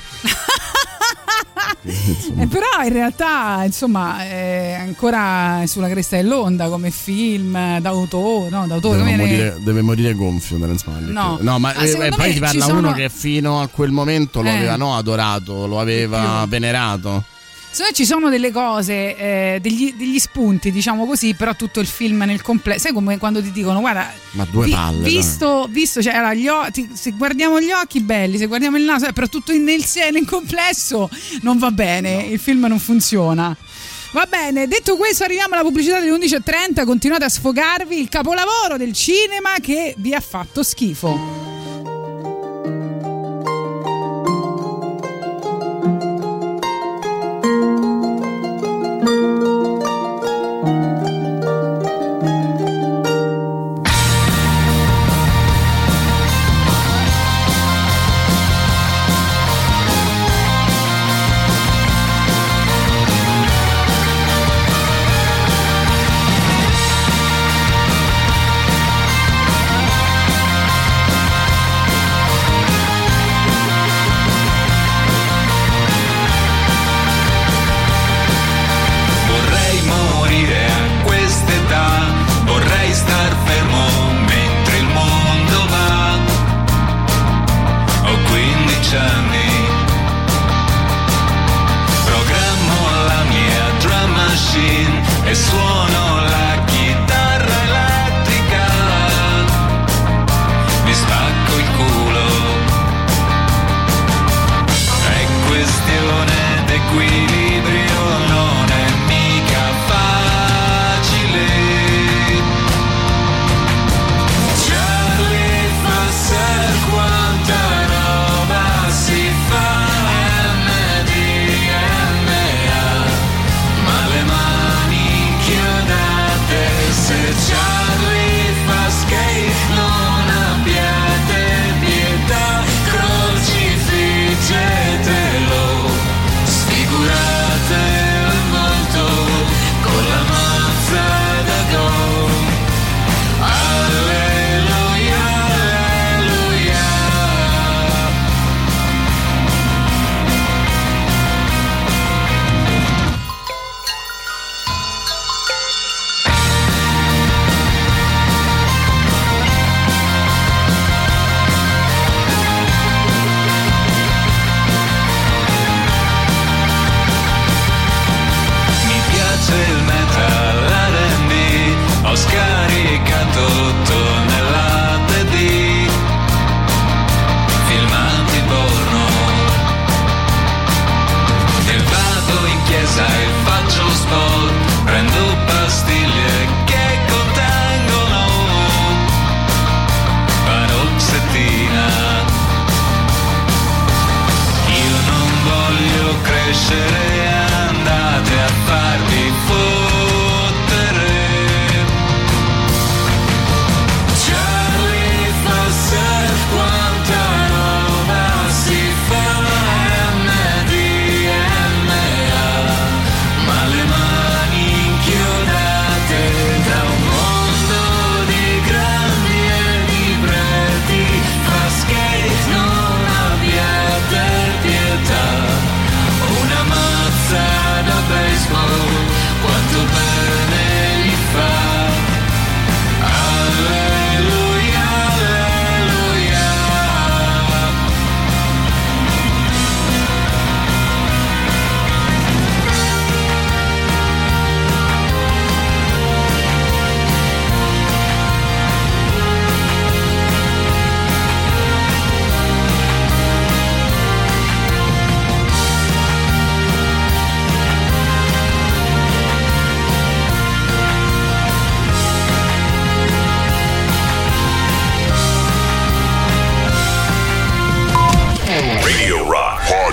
Però in realtà insomma è ancora sulla cresta dell'onda come film d'autore, deve morire gonfio Terence Malick. No, ma poi ti parla uno che fino a quel momento lo aveva adorato, lo aveva venerato. Secondo me ci sono delle cose, degli spunti, diciamo così, però tutto il film nel complesso. Sai come quando ti dicono, guarda, ma due palle. Visto, cioè, allora, se guardiamo gli occhi belli, se guardiamo il naso, però tutto nel complesso non va bene, il film non funziona. Va bene, detto questo arriviamo alla pubblicità delle 11.30, continuate a sfogarvi il capolavoro del cinema che vi ha fatto schifo.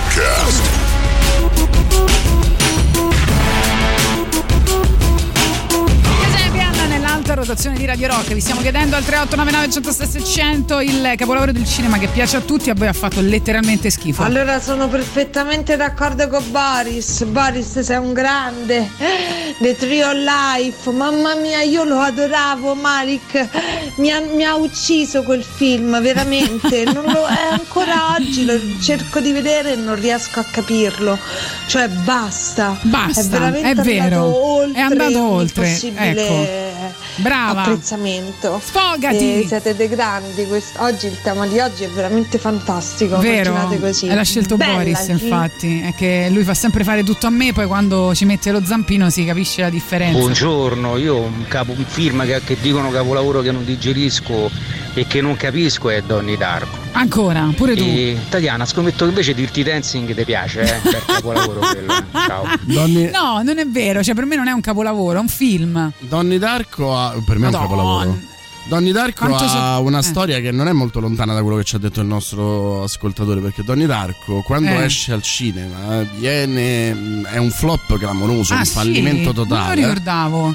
Podcast. Nell'alta rotazione di Radio Rock vi stiamo chiedendo al 3899 106 600 il capolavoro del cinema che piace a tutti, a voi ha fatto letteralmente schifo. Allora sono perfettamente d'accordo con Boris. Boris, sei un grande. The Trio Life, mamma mia, io lo adoravo. Marik mi ha ucciso quel film, veramente. Ancora oggi lo cerco di vedere e non riesco a capirlo. Cioè basta, è veramente, è vero, è andato oltre, ecco. Brava, apprezzamento. Sfogati, siete dei grandi. Oggi il tema di oggi è veramente fantastico. Vero, così. L'ha scelto Bella, Boris, infatti è che lui fa sempre fare tutto a me, poi quando ci mette lo zampino si capisce la differenza. Buongiorno, io un film che dicono capolavoro che non digerisco e che non capisco è Donnie Darko. Ancora, pure tu. Tatiana, scommetto che invece Dirty Dancing ti piace, per capolavoro quello. Ciao. No, non è vero, cioè per me non è un capolavoro, è un film. Donnie Darko per me è un capolavoro. Donnie Darko ha una storia che non è molto lontana da quello che ci ha detto il nostro ascoltatore, perché Donnie Darko quando esce al cinema è un flop clamoroso, un fallimento totale. Non lo ricordavo.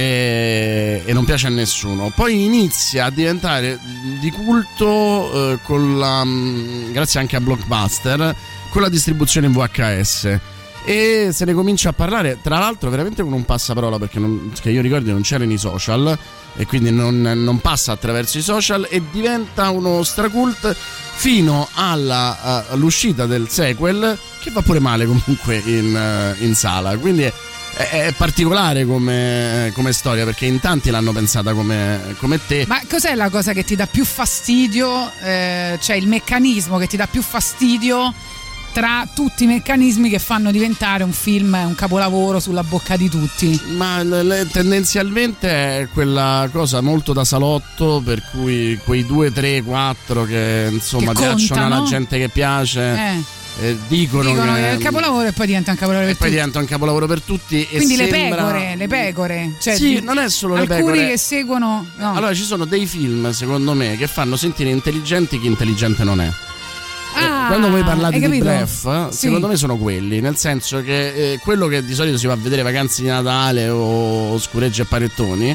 E non piace a nessuno. Poi inizia a diventare di culto grazie anche a Blockbuster, con la distribuzione in VHS, e se ne comincia a parlare, tra l'altro veramente con un passaparola, perché che io ricordi non c'erano i social e quindi non passa attraverso i social, e diventa uno stracult fino all'uscita del sequel, che va pure male comunque in sala. Quindi è particolare come storia, perché in tanti l'hanno pensata come te. Ma cos'è la cosa che ti dà più fastidio? Cioè il meccanismo che ti dà più fastidio tra tutti i meccanismi che fanno diventare un film un capolavoro sulla bocca di tutti? Ma tendenzialmente è quella cosa molto da salotto, per cui quei 2, 3, 4 che insomma che piacciono contano, alla gente che piace. Dicono che è il capolavoro, e poi diventa un capolavoro per tutti. Poi diventa un capolavoro per tutti. Quindi e le pecore. Cioè, sì, non è solo le pecore. Alcuni che seguono. No. Allora ci sono dei film, secondo me, che fanno sentire intelligenti chi intelligente non è. Quando voi parlate di bluff, secondo me sono quelli, nel senso che quello che di solito si va a vedere Vacanze di Natale o Scureggi e Panettoni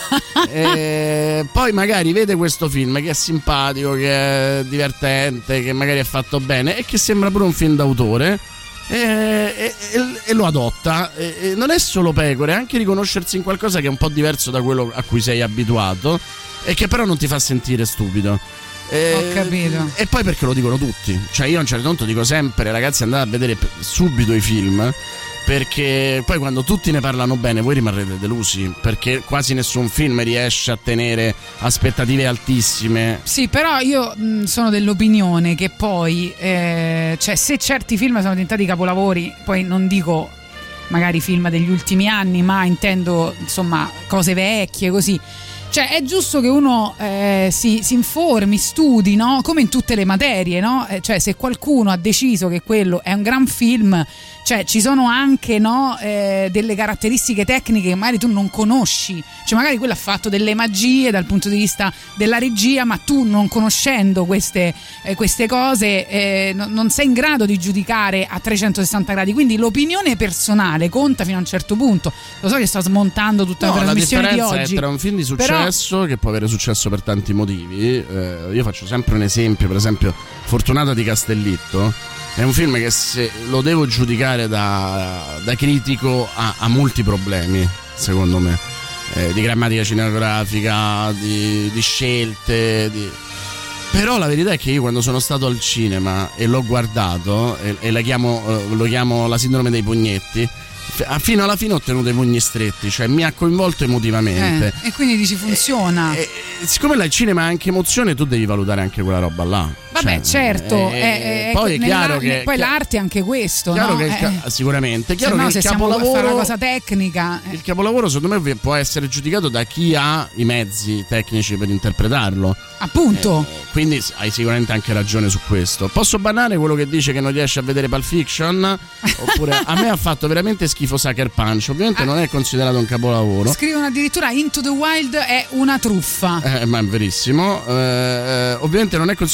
poi magari vede questo film che è simpatico, che è divertente, che magari è fatto bene e che sembra pure un film d'autore, e lo adotta. Non è solo pecore, è anche riconoscersi in qualcosa che è un po' diverso da quello a cui sei abituato e che però non ti fa sentire stupido. Ho capito. E poi perché lo dicono tutti, cioè io a un certo punto dico sempre: ragazzi, andate a vedere subito i film, perché poi quando tutti ne parlano bene voi rimarrete delusi, perché quasi nessun film riesce a tenere aspettative altissime. Sì, però io sono dell'opinione che poi cioè se certi film sono diventati capolavori, poi non dico magari film degli ultimi anni, ma intendo insomma cose vecchie così. Cioè è giusto che uno si informi, studi, no? Come in tutte le materie, no? Cioè se qualcuno ha deciso che quello è un gran film, cioè ci sono anche, no, delle caratteristiche tecniche che magari tu non conosci, cioè magari quello ha fatto delle magie dal punto di vista della regia, ma tu non conoscendo queste cose non sei in grado di giudicare a 360 gradi, quindi l'opinione personale conta fino a un certo punto. Lo so che sto smontando tutta la trasmissione di oggi. La differenza è tra un film di successo, che può avere successo per tanti motivi, io faccio sempre un esempio, per esempio Fortunata di Castellitto è un film che, se lo devo giudicare da critico, ha molti problemi, secondo me, di grammatica cinematografica, di scelte, però la verità è che io quando sono stato al cinema e l'ho guardato, e lo chiamo la sindrome dei pugnetti, fino alla fine ho tenuto i pugni stretti, cioè mi ha coinvolto emotivamente, e quindi dici funziona. Siccome il cinema è anche emozione, tu devi valutare anche quella roba là. Vabbè, certo. Poi è chiaro che poi l'arte è anche questo, chiaro, no? Che sicuramente chiaro, no, che se il siamo a capolavoro, fare una cosa tecnica, il capolavoro secondo me può essere giudicato da chi ha i mezzi tecnici per interpretarlo, appunto. Quindi hai sicuramente anche ragione su questo. Posso bannare quello che dice che non riesce a vedere Pulp Fiction? Oppure a me ha fatto veramente schifo Sucker Punch. Ovviamente non è considerato un capolavoro. Scrivono addirittura Into the Wild è una truffa. Ma è verissimo. Ovviamente non è considerato un capolavoro,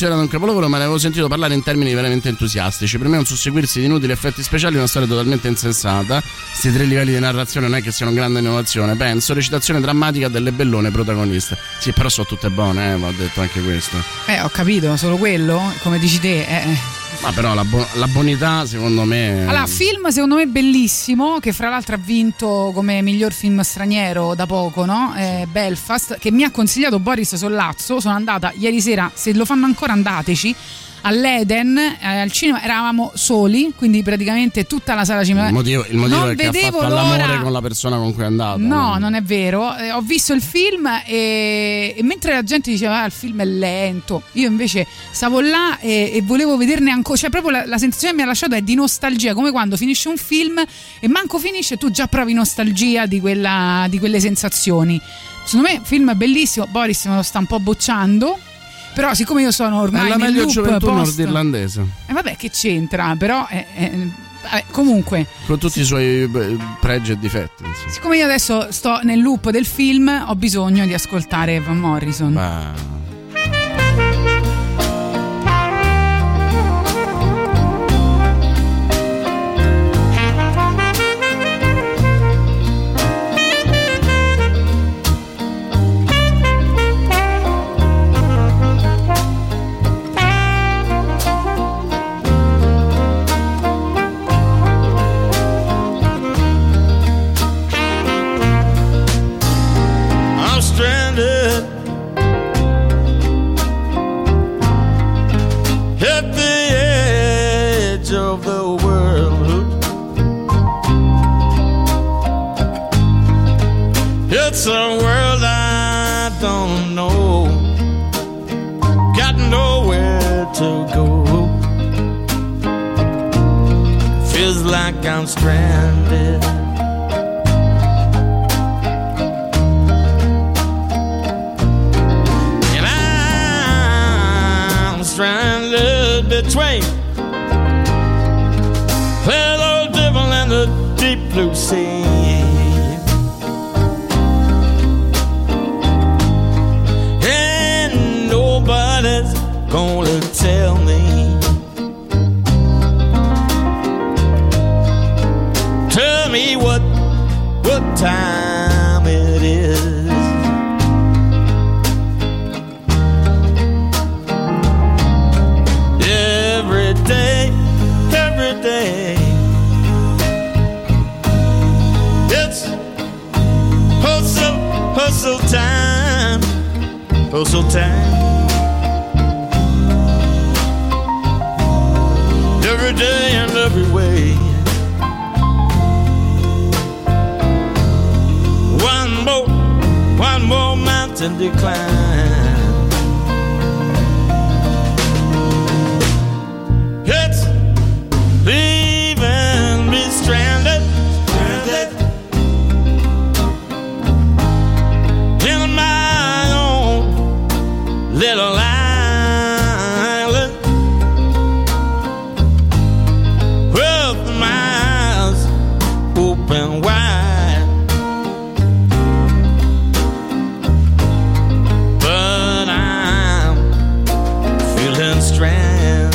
capolavoro, ma ne avevo sentito parlare in termini veramente entusiastici. Per me è un susseguirsi di inutili effetti speciali, una storia totalmente insensata. Questi 3 livelli di narrazione non è che siano grande innovazione, penso. Recitazione drammatica delle bellone protagoniste. Sì, però sono tutte buone, ho detto anche questo. Ho capito, solo quello, come dici te, Ma però la bonità secondo me. Allora, film secondo me bellissimo, che fra l'altro ha vinto come miglior film straniero da poco, no? Belfast, che mi ha consigliato Boris Sollazzo. Sono andata ieri sera, se lo fanno ancora andateci, all'Eden, al cinema. Eravamo soli, quindi praticamente tutta la sala cinema. Il motivo è che ha fatto l'amore con la persona con cui è andato. No, non è vero. Ho visto il film e mentre la gente diceva il film è lento, io invece stavo là e volevo vederne ancora. Cioè proprio la sensazione che mi ha lasciato è di nostalgia, come quando finisce un film e manco finisce tu già provi nostalgia di quelle sensazioni. Secondo me film bellissimo. Boris me lo sta un po' bocciando, però siccome io sono ormai è la nel meglio loop gioventù nordirlandese. Vabbè, che c'entra, però comunque con tutti i suoi pregi e difetti, insomma. Siccome io adesso sto nel loop del film, ho bisogno di ascoltare Van Morrison. It's a world I don't know, got nowhere to go. Feels like I'm stranded. And I'm stranded between the old devil and the deep blue sea. Nobody's gonna tell me. Tell me what time it is. Every day it's hustle time, hustle time. Every day and every way. One more mountain to climb. It's leaving me stranded in my own little island. Open wide, but I'm feeling stranded.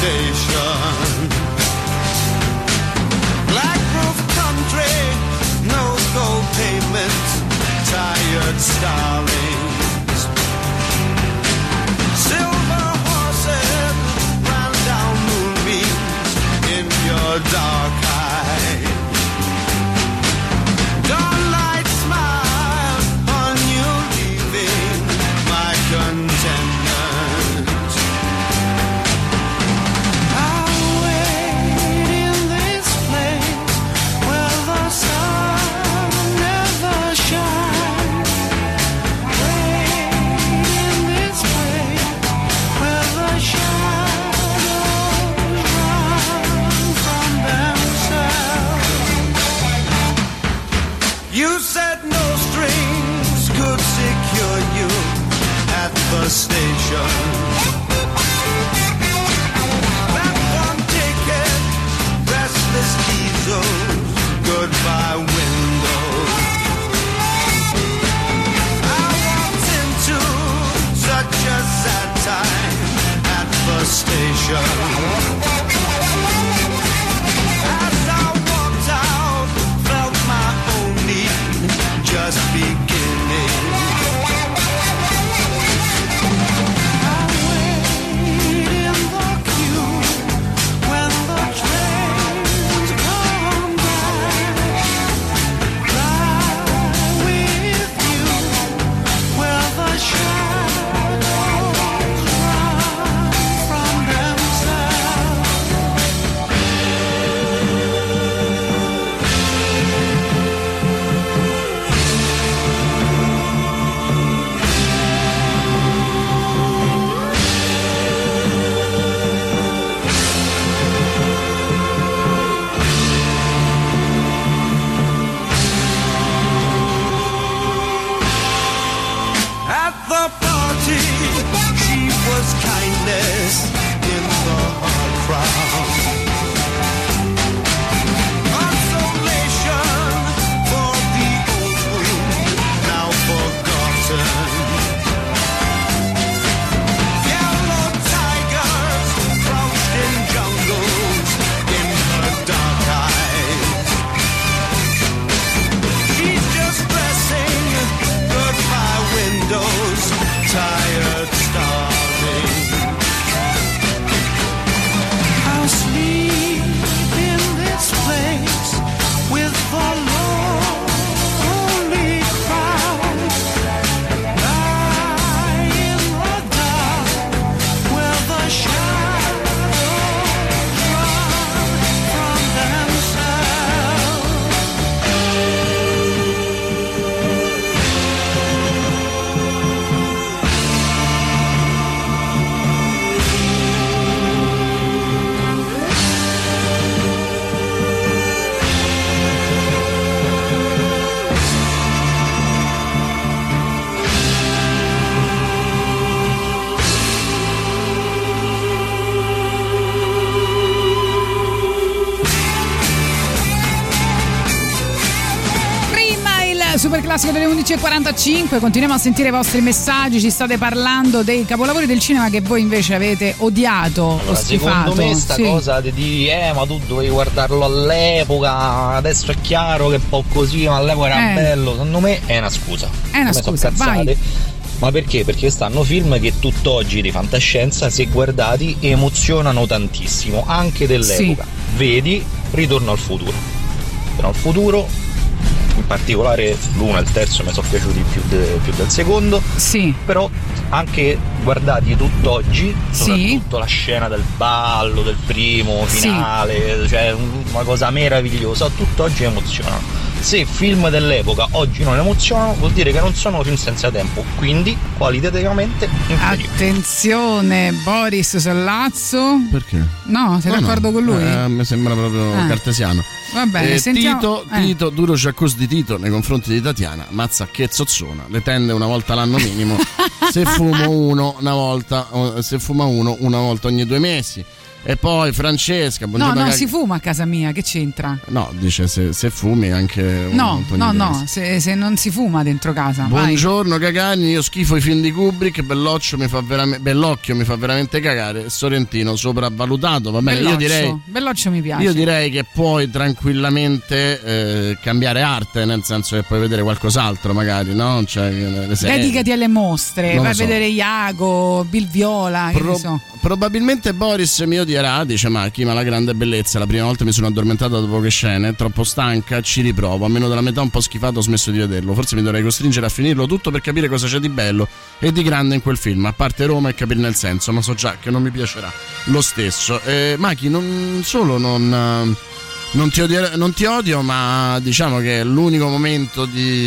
station. Black roof country, no gold pavement, tired starlings. Silver horses ran down moonbeams in your dark eye. Dawnlight smile on you leaving my contentment. I'll wait in this place where the sun never shines. Wait in this place where the shadows run from themselves. You said no strings could secure you at the station. That one ticket, restless diesels, goodbye windows. I walked into such a sad time at the station. As I walked out, felt my own need just beginning. I wait in the queue when the trains come back. Fly with you where the shadows run from themselves. At the party, she was kindness in the hard crowd. Consolation for the old wound, now forgotten. Yellow tigers crouched in jungles in her dark eyes. She's just pressing goodbye windows, tired starving. I'll sleep in this place with the lonely crowd. Lie in the dark where the shadows run from themselves. Prima il super classico delle 11.45, continuiamo a sentire i vostri messaggi, ci state parlando dei capolavori del cinema che voi invece avete odiato o Allora, schifato. secondo me sta Sì. cosa di dire ma tu dovevi guardarlo all'epoca, adesso è chiaro che è un po' così, ma all'epoca era bello, secondo me è una scusa. È una Secondo me scusa, sono cazzate. vai. Ma perché? Perché stanno film che tutt'oggi di fantascienza, se guardati, emozionano tantissimo, anche dell'epoca. Vedi Ritorno al futuro. Ritorno al futuro, in particolare l'1 e il terzo mi sono piaciuti più del secondo. Sì. Però anche guardati tutt'oggi, soprattutto la scena del ballo del primo finale, cioè una cosa meravigliosa, tutt'oggi emozionano. Se film dell'epoca oggi non emozionano, vuol dire che non sono film senza tempo, quindi qualitativamente inferiori. Attenzione, Boris Sollazzo. Perché? No, sei d'accordo con lui? Mi sembra proprio cartesiano. Va bene, sentiamo. Tito, duro c'accus di Tito nei confronti di Tatiana, mazza che zozzona, le tende una volta l'anno minimo, se fumo uno una volta, se fuma uno una volta ogni 2 mesi. E poi Francesca, no, si fuma a casa mia, che c'entra? No, dice se fumi anche no, se non si fuma dentro casa. Buongiorno Cagani, io schifo i film di Kubrick, Bellocchio mi fa veramente cagare, Sorrentino sopravvalutato, va bene. Bellocchio mi piace. Io direi che puoi tranquillamente cambiare arte, nel senso che puoi vedere qualcos'altro magari, no? Cioè, dedicati alle mostre, vai a vedere Iago, Bill Viola, che ne so. Probabilmente Boris mi odierà, dice Macchi, ma la grande bellezza, la prima volta mi sono addormentata dopo poche scene, troppo stanca, ci riprovo, a meno della metà un po' schifato, ho smesso di vederlo, forse mi dovrei costringere a finirlo tutto per capire cosa c'è di bello e di grande in quel film, a parte Roma e capirne il senso, ma so già che non mi piacerà lo stesso. Macchi, non ti odio, ma diciamo che l'unico momento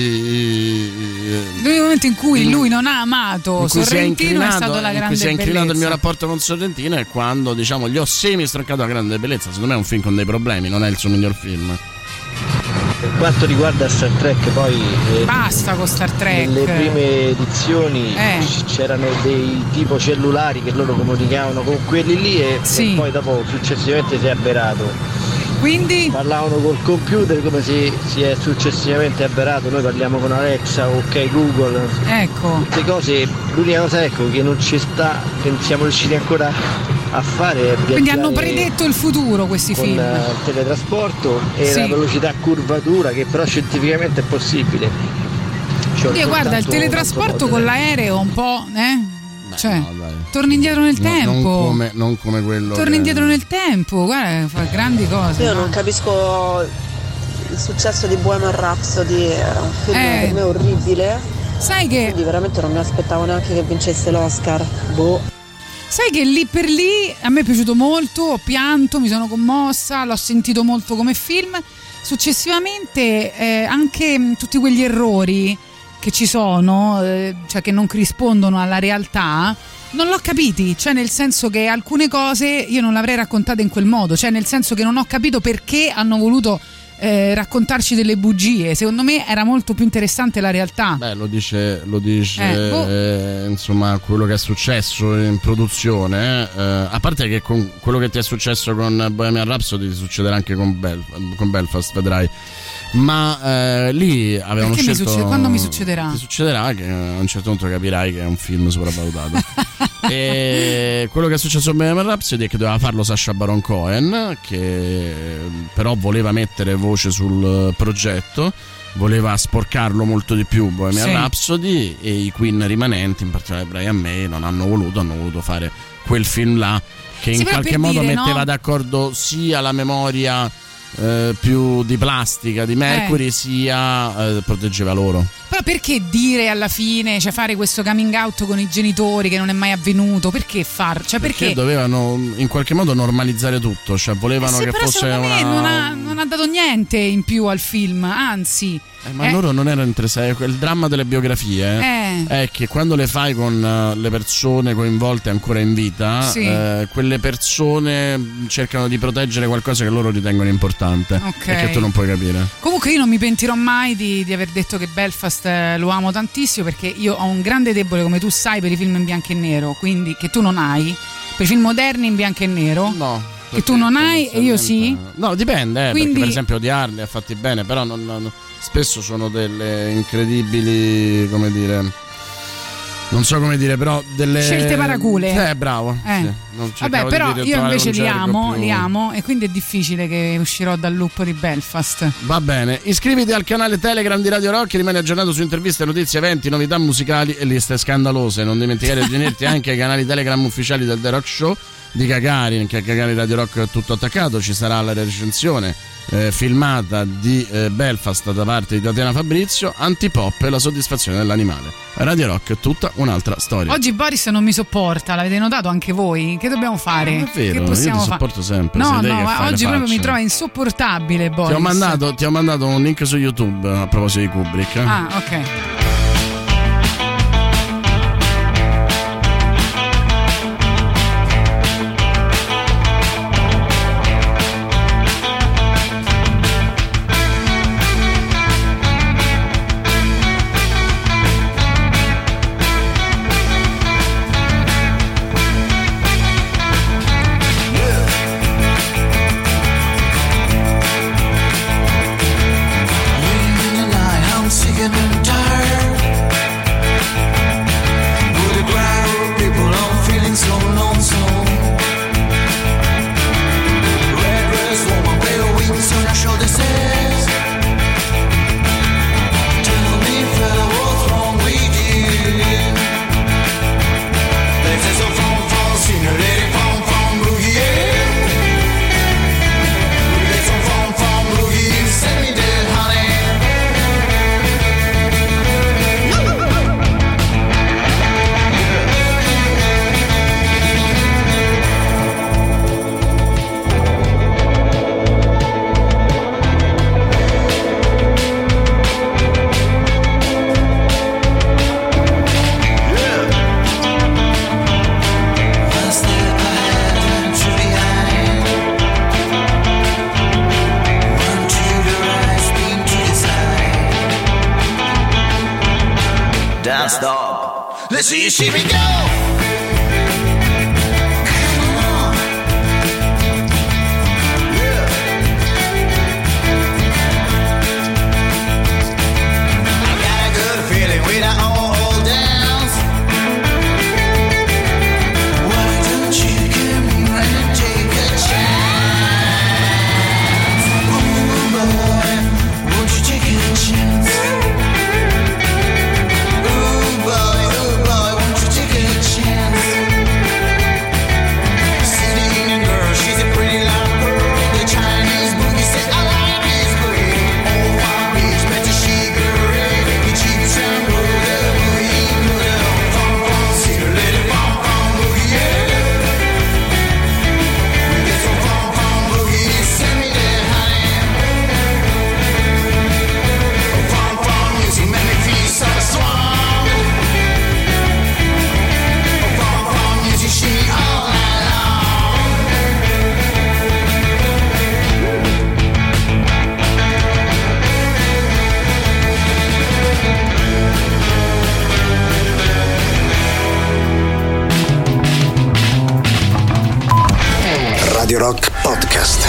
in cui lui non ha amato Sorrentino è stato la grande bellezza. Si è inclinato il mio rapporto con Sorrentino è quando, diciamo, gli ho semi-stroncato la grande bellezza. Secondo me è un film con dei problemi, non è il suo miglior film. Per quanto riguarda Star Trek, poi basta con Star Trek. Nelle prime edizioni c'erano dei tipo cellulari che loro comunicavano con quelli lì e poi dopo successivamente si è avverato. Quindi parlavano col computer come si è successivamente avverato. Noi parliamo con Alexa, ok Google, tutte cose. L'unica cosa che non ci sta, che non siamo riusciti ancora a fare è quindi hanno predetto il futuro questi con film il teletrasporto e la velocità curvatura, che però scientificamente è possibile. Guarda, il teletrasporto con l'aereo un po', cioè, torni indietro nel tempo. Non come quello. Torni indietro nel tempo, guarda, fa grandi cose. Io non capisco il successo di Bohemian Rhapsody, è un film per me orribile. Sai che quindi veramente non mi aspettavo neanche che vincesse l'Oscar. Sai che lì per lì a me è piaciuto molto, ho pianto, mi sono commossa, l'ho sentito molto come film. Successivamente anche tutti quegli errori che ci sono, cioè che non rispondono alla realtà, non l'ho capiti, cioè nel senso che alcune cose io non le avrei raccontate in quel modo, cioè nel senso che non ho capito perché hanno voluto raccontarci delle bugie. Secondo me era molto più interessante la realtà. Lo dice insomma quello che è successo in produzione, a parte che con quello che ti è successo con Bohemian Rhapsody ti succederà anche con Belfast, vedrai. Ma lì avevano scelto. Quando mi succederà? Ti succederà che a un certo punto capirai che è un film sopravvalutato. E quello che è successo con Bohemian Rhapsody è che doveva farlo Sacha Baron Cohen, che però voleva mettere voce sul progetto, voleva sporcarlo molto di più Bohemian Rhapsody, e i Queen rimanenti, in particolare Brian May, non hanno voluto fare quel film là che in qualche modo metteva d'accordo sia la memoria più di plastica di Mercury sia proteggeva loro. Però perché dire alla fine, cioè fare questo coming out con i genitori che non è mai avvenuto? Perché farlo? Cioè perché dovevano in qualche modo normalizzare tutto, cioè volevano che però fosse me non ha dato niente in più al film, anzi. Ma loro non erano interessati. Il dramma delle biografie è che quando le fai con le persone coinvolte ancora in vita, quelle persone cercano di proteggere qualcosa che loro ritengono importante e che tu non puoi capire. Comunque io non mi pentirò mai di aver detto che Belfast lo amo tantissimo, perché io ho un grande debole, come tu sai, per i film in bianco e nero, quindi che tu non hai, per i film moderni in bianco e nero. No. Che tu non hai e io sì? No, dipende, quindi, perché per esempio odiarli ha fatti bene, però spesso sono delle incredibili, come dire, non so come dire, però delle scelte paracule. Bravo. Sì. Vabbè, però io invece li amo e quindi è difficile che uscirò dal loop di Belfast. Va bene, iscriviti al canale Telegram di Radio Rock, rimani aggiornato su interviste, notizie, eventi, novità musicali e liste scandalose. Non dimenticare di unirti anche ai canali Telegram ufficiali del The Rock Show di Gagarin, che a Gagarin Radio Rock tutto attaccato. Ci sarà la recensione filmata di Belfast da parte di Tatiana Fabrizio, Antipop e la soddisfazione dell'animale. Radio Rock, tutta un'altra storia. Oggi Boris non mi sopporta, l'avete notato anche voi? Che dobbiamo fare? È vero, che possiamo io ti sopporto sempre. No, ma oggi proprio mi trova insopportabile, Boris. Ti ho mandato un link su YouTube a proposito di Kubrick. Ah, ok. Don't stop. Let's see you see me go. Radio Rock Podcast.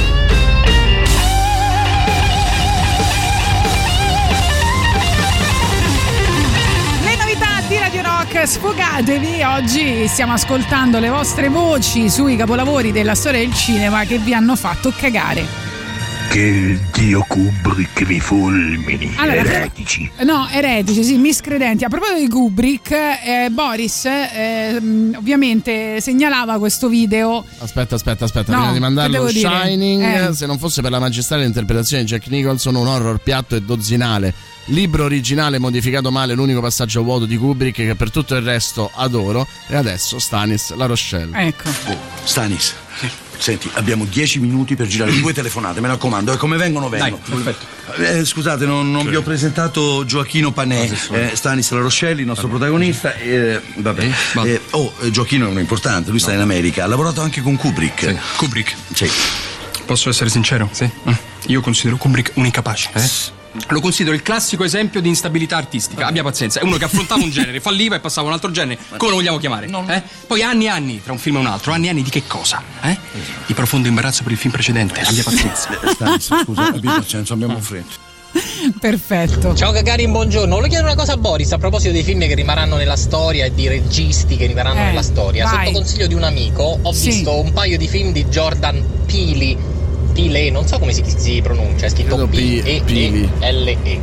Le novità di Radio Rock, sfogatevi, oggi stiamo ascoltando le vostre voci sui capolavori della storia del cinema che vi hanno fatto cagare. Che il dio Kubrick vi fulmini, allora, eretici. No, eretici, sì, miscredenti. A proposito di Kubrick, Boris ovviamente segnalava questo video. Aspetta, no, prima di mandarlo, Shining, dire? Se non fosse per la magistrale interpretazione di Jack Nicholson, un horror piatto e dozzinale. Libro originale modificato male, l'unico passaggio vuoto di Kubrick che per tutto il resto adoro. E adesso Stanis, La Rochelle. Ecco. Stanis, senti, abbiamo 10 minuti per girare 2 telefonate, me raccomando, e come vengono. Dai, perfetto. Scusate, non vi ho presentato Gioacchino Panè, Stanis La Rochelle, il nostro protagonista. Gioacchino è uno importante, lui sta in America, ha lavorato anche con Kubrick. Sì. Kubrick? Sì. Posso essere sincero? Sì. Io considero Kubrick un incapace. Lo considero il classico esempio di instabilità artistica. Abbia pazienza, è uno che affrontava un genere, falliva e passava a un altro genere. Come lo vogliamo chiamare? Poi anni e anni tra un film e un altro. Anni e anni di che cosa? Di profondo imbarazzo per il film precedente. Abbia pazienza. Scusa, abbia pazienza, abbiamo fretta. Perfetto. Ciao Gagarin, buongiorno. Volevo chiedere una cosa a Boris a proposito dei film che rimarranno nella storia e di registi che rimarranno nella storia. Vai. Sotto consiglio di un amico ho visto un paio di film di Jordan Peele, non so come si pronuncia, è scritto P-E-E-L-E.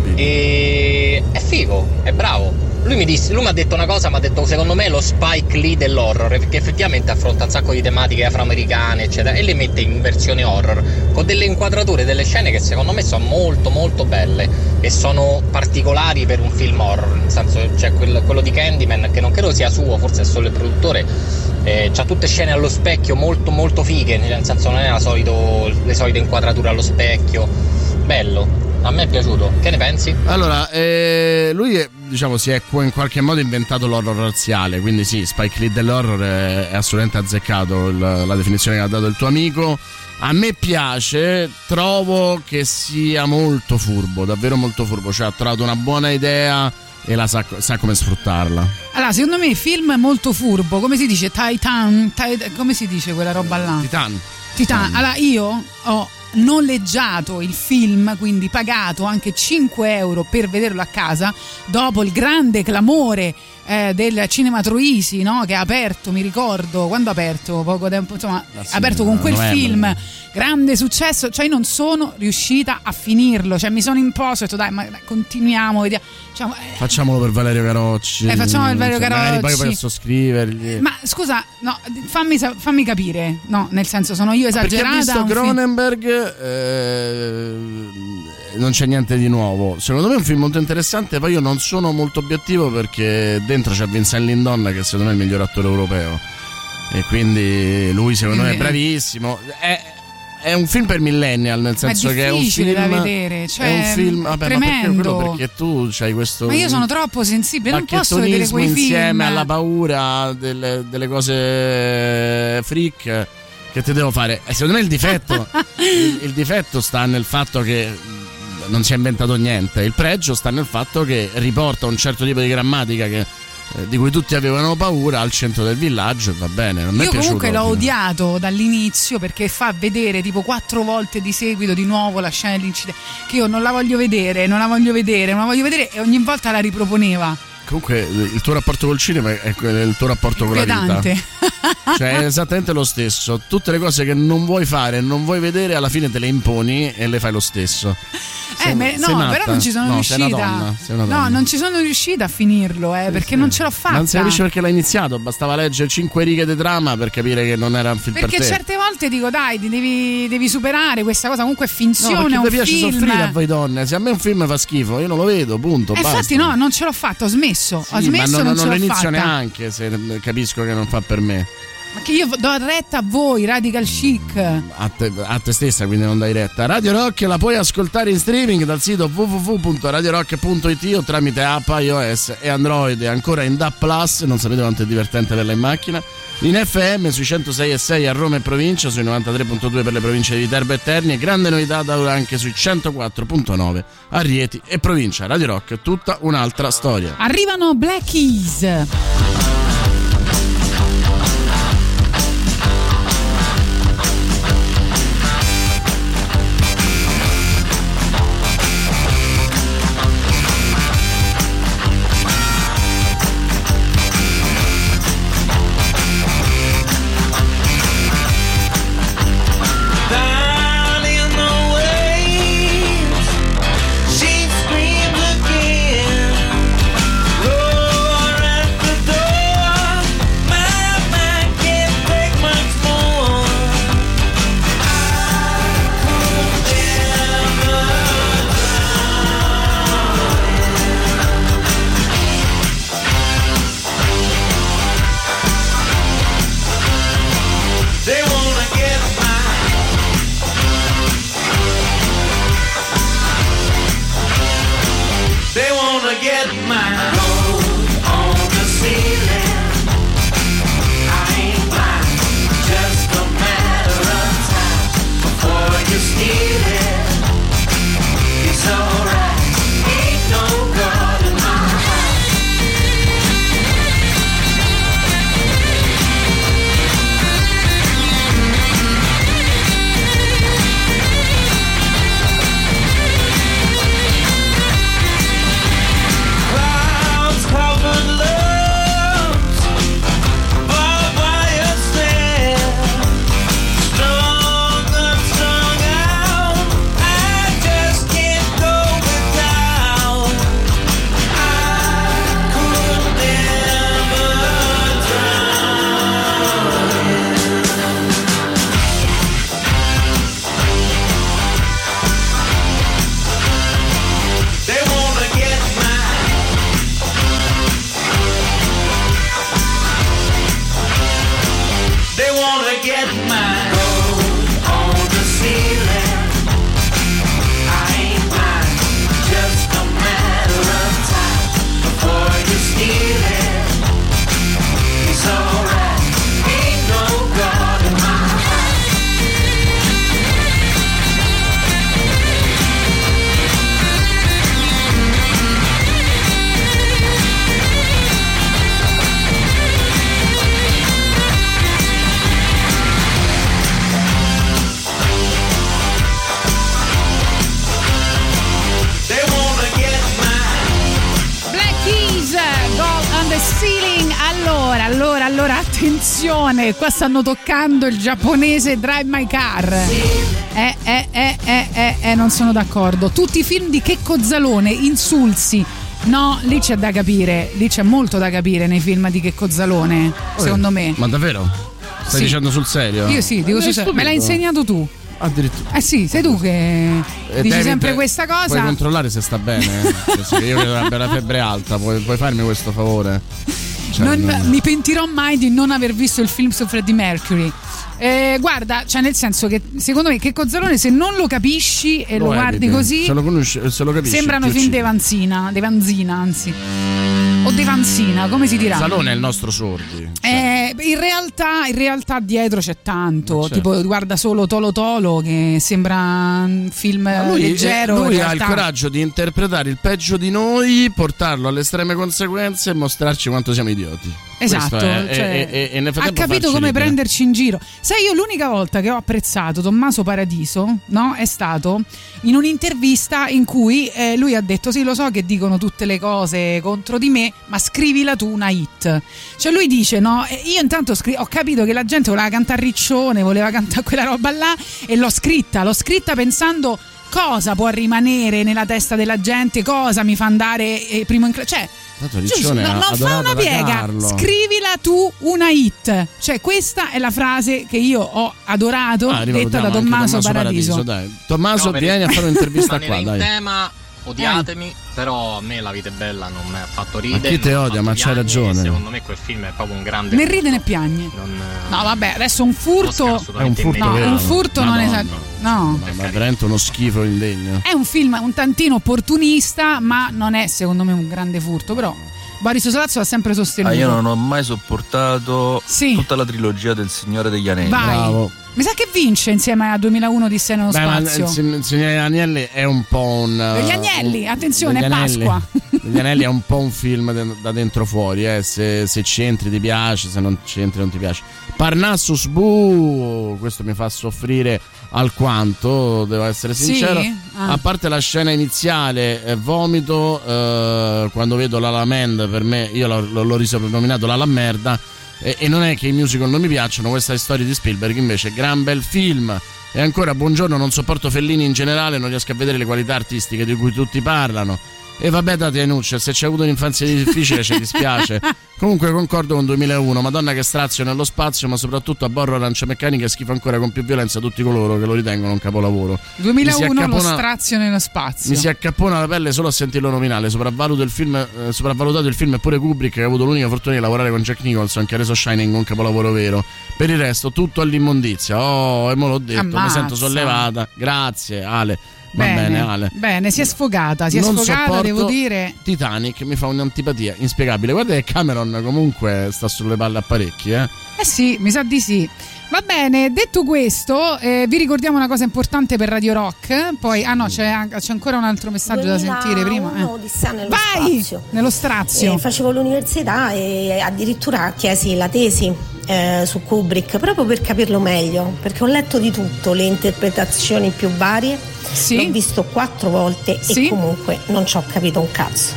E è figo, è bravo. Lui mi ha detto una cosa, mi ha detto secondo me è lo Spike Lee dell'horror, perché effettivamente affronta un sacco di tematiche afroamericane eccetera e le mette in versione horror con delle inquadrature, delle scene che secondo me sono molto molto belle e sono particolari per un film horror, nel senso c'è quello di Candyman che non credo sia suo, forse è solo il produttore, c'ha tutte scene allo specchio molto molto fighe, nel senso non è le solite inquadrature allo specchio, bello. A me è piaciuto, che ne pensi? Allora, lui si è in qualche modo inventato l'horror razziale, quindi sì, Spike Lee dell'horror è assolutamente azzeccato la definizione che ha dato il tuo amico. A me piace, trovo che sia molto furbo, davvero molto furbo, cioè ha trovato una buona idea e sa come sfruttarla. Allora, secondo me il film è molto furbo, come si dice? Titan, come si dice quella roba là? Titan. Allora, io ho noleggiato il film, quindi pagato anche 5 euro per vederlo a casa dopo il grande clamore del Cinema Troisi, no? Che ha aperto, mi ricordo quando ha aperto, poco tempo, insomma, ha aperto con quel film, grande successo, cioè io non sono riuscita a finirlo, cioè mi sono imposto e ho detto dai, ma continuiamo, vediamo, facciamolo per Valerio Carocci, facciamo per Valerio Carocci, poi posso scrivergli. Ma scusa, no, fammi capire, no, nel senso sono io esagerata, perché ha visto Cronenberg, non c'è niente di nuovo. Secondo me è un film molto interessante. Poi io non sono molto obiettivo perché dentro c'è Vincent Lindon che secondo me è il miglior attore europeo e quindi lui secondo me è bravissimo. È un film per millennial, nel senso che è un film da vedere, cioè è un film, vabbè, tremendo. Ma perché tu c'hai questo. Ma io sono troppo sensibile, non posso vedere quei film insieme alla paura delle cose freak che ti devo fare. E secondo me il difetto sta nel fatto che non si è inventato niente. Il pregio sta nel fatto che riporta un certo tipo di grammatica di cui tutti avevano paura al centro del villaggio, e va bene. Non mi è piaciuto. Io comunque l'ho odiato dall'inizio, perché fa vedere tipo 4 volte di seguito di nuovo la scena dell'incidente, che io non la voglio vedere e ogni volta la riproponeva. Comunque il tuo rapporto col cinema è il tuo rapporto con la vita. Cioè è esattamente lo stesso. Tutte le cose che non vuoi fare, non vuoi vedere, alla fine te le imponi e le fai lo stesso. Però non ci sono riuscita. Sei una donna. No, non ci sono riuscita a finirlo, perché non ce l'ho fatta. Non si capisce perché l'hai iniziato, bastava leggere 5 righe di trama per capire che non era un film per te. Perché certe volte dico, dai, devi superare questa cosa, comunque è finzione, è un film. Mi piace soffrire a voi donne, se a me un film fa schifo, io non lo vedo, punto. Infatti no, non ce l'ho fatta, ho smesso. Sì, ma non lo inizio neanche se capisco che non fa per me. Ma che io do retta a voi, Radical Chic. A te stessa, quindi non dai retta. Radio Rock la puoi ascoltare in streaming dal sito www.radiorock.it o tramite app iOS e Android, e ancora in DAB+, non sapete quanto è divertente averla in macchina, in FM sui 106.6 a Roma e provincia, sui 93.2 per le province di Viterbo e Terni, e grande novità da ora anche sui 104.9 a Rieti e provincia. Radio Rock, tutta un'altra storia. Arrivano Black Keys. Allora, attenzione, qua stanno toccando il giapponese Drive My Car. Non sono d'accordo. Tutti i film di Checco Zalone, insulsi. No, lì c'è da capire, lì c'è molto da capire nei film di Checco Zalone, secondo me. Ma davvero? Stai dicendo sul serio? Io sì, dico sul serio. Me l'hai insegnato tu. Addirittura. Sì, sei tu che dici David, sempre questa cosa. Puoi controllare se sta bene? Perché io credo abbia la febbre alta, puoi farmi questo favore? Non mi pentirò mai di non aver visto il film su Freddie Mercury. Guarda, cioè nel senso che secondo me Checco Zalone, se non lo capisci e lo guardi così, se lo capisci, sembrano film De Vanzina, anzi. O De Vanzina, come si dirà? Zalone è il nostro Sordi. in realtà dietro c'è tanto, certo. Tipo guarda solo Tolo Tolo che sembra un film leggero. Lui in ha il realtà coraggio di interpretare il peggio di noi, portarlo alle estreme conseguenze e mostrarci quanto siamo idioti. Esatto, ha capito come prenderci in giro. Sai, io l'unica volta che ho apprezzato Tommaso Paradiso, no, è stato in un'intervista in cui lui ha detto: sì, lo so che dicono tutte le cose contro di me, ma scrivila tu una hit. Cioè lui dice, no, io intanto ho capito che la gente voleva cantare Riccione, voleva cantare quella roba là, e l'ho scritta pensando cosa può rimanere nella testa della gente, cosa mi fa andare primo in classe, cioè non fa una piega, scrivila tu una hit. Cioè questa è la frase che io ho adorato, detta da Tommaso Paradiso. Dai. Tommaso, vieni a fare un'intervista qua, dai. Tema, odiatemi, però a me La vita è bella non mi ha fatto ridere. Ma chi te odia? Ma c'hai ragione. Secondo me quel film è proprio un grande né ride né piagne. No, vabbè, adesso un furto è un furto, no, un furto non è no. Ma veramente uno schifo indegno. È un film un tantino opportunista, ma non è secondo me un grande furto, però Boris Sollazzo ha sempre sostenuto. Io non ho mai sopportato tutta la trilogia del Signore degli Anelli. Vai. Bravo. Mi sa che vince insieme a 2001 di Sé nello spazio. Ma il Signore degli Agnelli è un po' un... Degli Agnelli, attenzione, è Pasqua. Degli Anelli è un po' un film da dentro fuori, se ci entri ti piace, se non ci entri non ti piace. Parnassus, questo mi fa soffrire alquanto, devo essere sincero. Sì? A parte la scena iniziale, vomito quando vedo La La Land, per me, io l'ho risoprannominato La La Merda. E non è che i musical non mi piacciono, questa è storia di Spielberg invece è gran bel film. E ancora buongiorno, non sopporto Fellini in generale, non riesco a vedere le qualità artistiche di cui tutti parlano. E vabbè, date Nuccia, se c'è avuto un'infanzia difficile ci dispiace. Comunque concordo con 2001, Madonna che strazio nello spazio, ma soprattutto abborro Arancia Meccanica e schifo ancora con più violenza tutti coloro che lo ritengono un capolavoro. 2001 lo strazio nello spazio. Mi si accappona la pelle solo a sentirlo nominare. Sopravvalutato il film è pure Kubrick, che ha avuto l'unica fortuna di lavorare con Jack Nicholson, che ha reso Shining un capolavoro vero. Per il resto tutto all'immondizia. E me l'ho detto, Ammazza. Mi sento sollevata. Grazie Ale. Va bene, Ale. Bene, si è sfogata, devo dire. Titanic mi fa un'antipatia inspiegabile. Guarda che Cameron comunque sta sulle palle a parecchi, sì, mi sa di sì. Va bene, detto questo, vi ricordiamo una cosa importante per Radio Rock. Poi, c'è ancora un altro messaggio da sentire prima. Vai! Spazio. Nello strazio. Facevo l'università e addirittura chiesi la tesi su Kubrick proprio per capirlo meglio, perché ho letto di tutto, le interpretazioni più varie. Sì. L'ho visto 4 volte e comunque non ci ho capito un cazzo.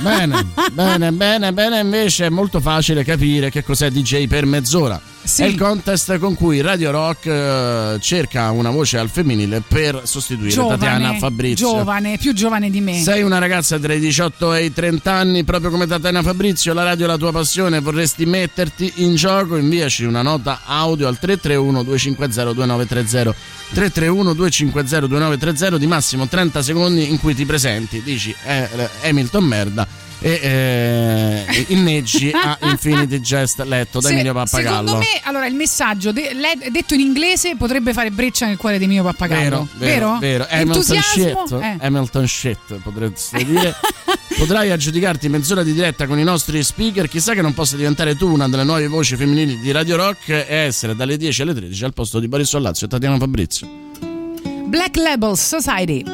Bene, invece è molto facile capire che cos'è DJ per mezz'ora. È il contest con cui Radio Rock cerca una voce al femminile per sostituire Tatiana Fabrizio. Più giovane di me. Sei una ragazza tra i 18 e i 30 anni, proprio come Tatiana Fabrizio, la radio è la tua passione, vorresti metterti in gioco? Inviaci una nota audio al 331 250 2930. 331 250 2930 di massimo 30 secondi in cui ti presenti, dici Hamilton merda e inneggi a Infinity Jest letto da Emilio Pappagallo. Secondo me, allora, il messaggio detto in inglese potrebbe fare breccia nel cuore di Emilio Pappagallo. Vero? Hamilton shit, potresti dire. Potrai aggiudicarti mezz'ora di diretta con i nostri speaker. Chissà che non possa diventare tu una delle nuove voci femminili di Radio Rock e essere dalle 10 alle 13 al posto di Boris Sollazzo e Tatiana Fabrizio. Black Label Society.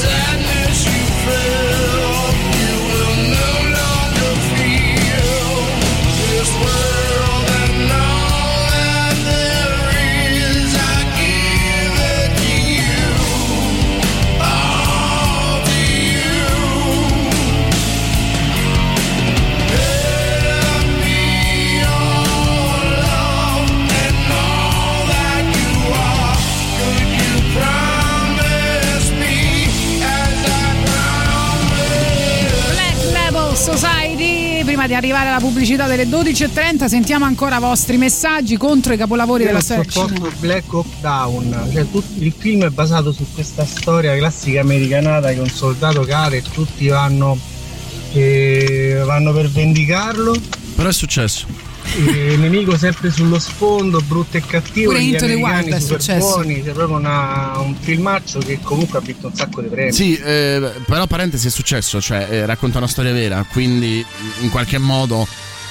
Di arrivare alla pubblicità delle 12.30 sentiamo ancora vostri messaggi contro i capolavori della storia del cinema. Black Hawk Down, cioè il film è basato su questa storia classica americanata che un soldato cade e tutti vanno per vendicarlo, però è successo. Il nemico sempre sullo sfondo, brutto e cattivo, pure gli Into the americani Wild super è successo. buoni, c'è proprio un filmaccio che comunque ha vinto un sacco di premi. Sì, però parentesi, è successo, cioè racconta una storia vera, quindi in qualche modo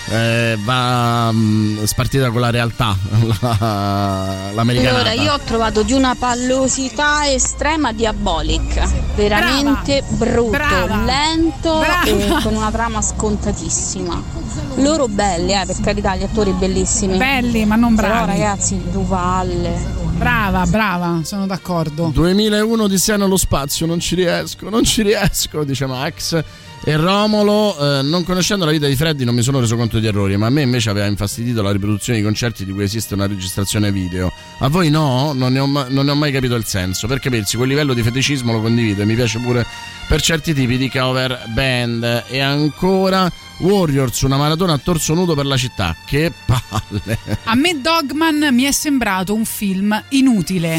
va spartita con la realtà l'americana. Allora, io ho trovato di una pallosità estrema Diabolic, veramente brutto, lento e con una trama scontatissima. Loro belli, per carità, gli attori bellissimi, belli ma non bravi. Però ragazzi, Duvalle, brava, sono d'accordo. 2001 di Siena allo spazio, non ci riesco, dice Max. E Romolo, non conoscendo la vita di Freddy non mi sono reso conto di errori, ma a me invece aveva infastidito la riproduzione di concerti di cui esiste una registrazione video. A voi no? Non ne ho mai capito il senso. Per capirsi, quel livello di feticismo lo condivido e mi piace pure per certi tipi di cover band. E ancora Warriors, una maratona a torso nudo per la città. Che palle. A me Dogman mi è sembrato un film inutile.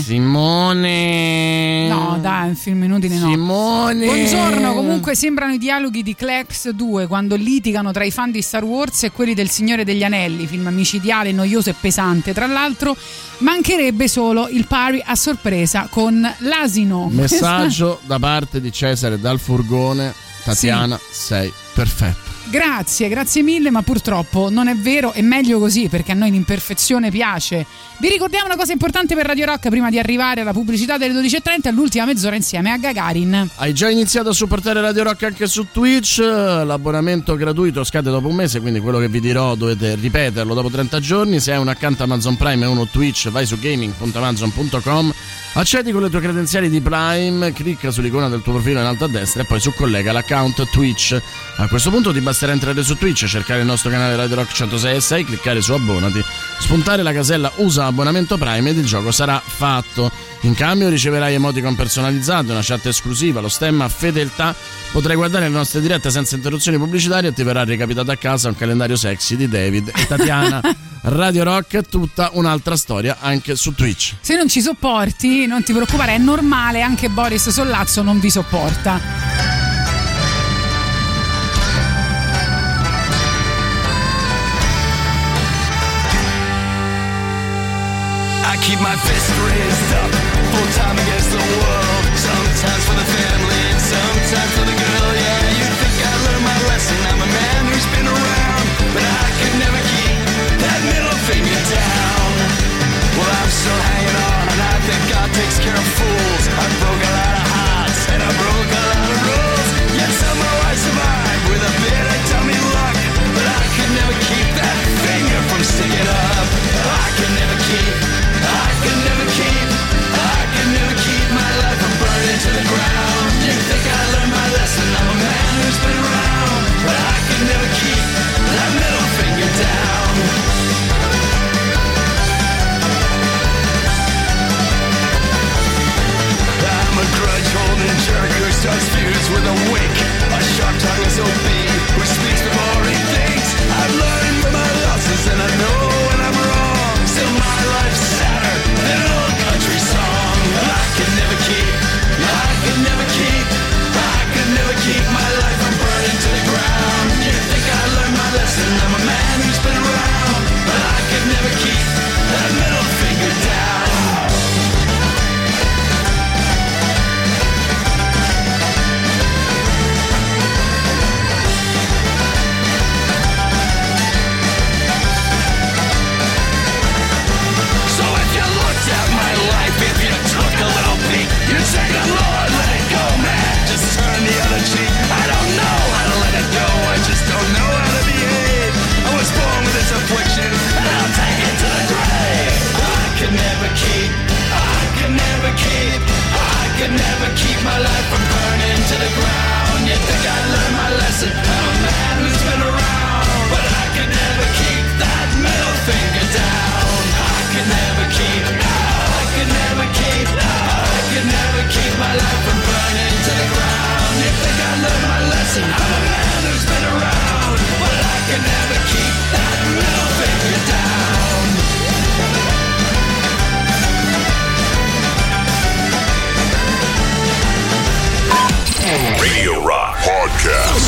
Simone. No, dai, un film inutile no. Simone. Buongiorno, comunque sembrano i dialoghi di Clerks 2 quando litigano tra i fan di Star Wars e quelli del Signore degli Anelli, film micidiale, noioso e pesante. Tra l'altro mancherebbe solo il pari a sorpresa con l'asino. Messaggio da parte di Cesare dal furgone. Tatiana, sei perfetta. Grazie mille, ma purtroppo non è vero, è meglio così perché a noi l'imperfezione piace. Vi ricordiamo una cosa importante per Radio Rock prima di arrivare alla pubblicità delle 12.30 all'ultima mezz'ora insieme a Gagarin. Hai già iniziato a supportare Radio Rock anche su Twitch, l'abbonamento gratuito scade dopo un mese, quindi quello che vi dirò dovete ripeterlo dopo 30 giorni. Se hai un account Amazon Prime e uno Twitch, vai su gaming.amazon.com, accedi con le tue credenziali di Prime, clicca sull'icona del tuo profilo in alto a destra e poi su collega l'account Twitch. A questo punto ti basterà entrare su Twitch, cercare il nostro canale Radio Rock 106.6, cliccare su abbonati, spuntare la casella usa abbonamento Prime ed il gioco sarà fatto. In cambio riceverai emoticon personalizzate, una chat esclusiva, lo stemma fedeltà, potrai guardare le nostre dirette senza interruzioni pubblicitarie e ti verrà recapitato a casa un calendario sexy di David e Tatiana. Radio Rock è tutta un'altra storia anche su Twitch. Se non ci sopporti non ti preoccupare, è normale, anche Boris Sollazzo non vi sopporta. I keep my fist raised up, full time against the world. Sometimes for the family and sometimes for the girl. Yeah, you'd think I learned my lesson. I'm a man who's been around, but I could never keep that middle finger down. Well, I'm still hanging on, and I think God takes care of fools. I broke a lot of hearts, and I broke a lot of rules. Yet somehow I survived with a bit of dummy luck. But I could never keep that finger from sticking up. I could never keep my life from burning to the ground. Radio Rock Podcast.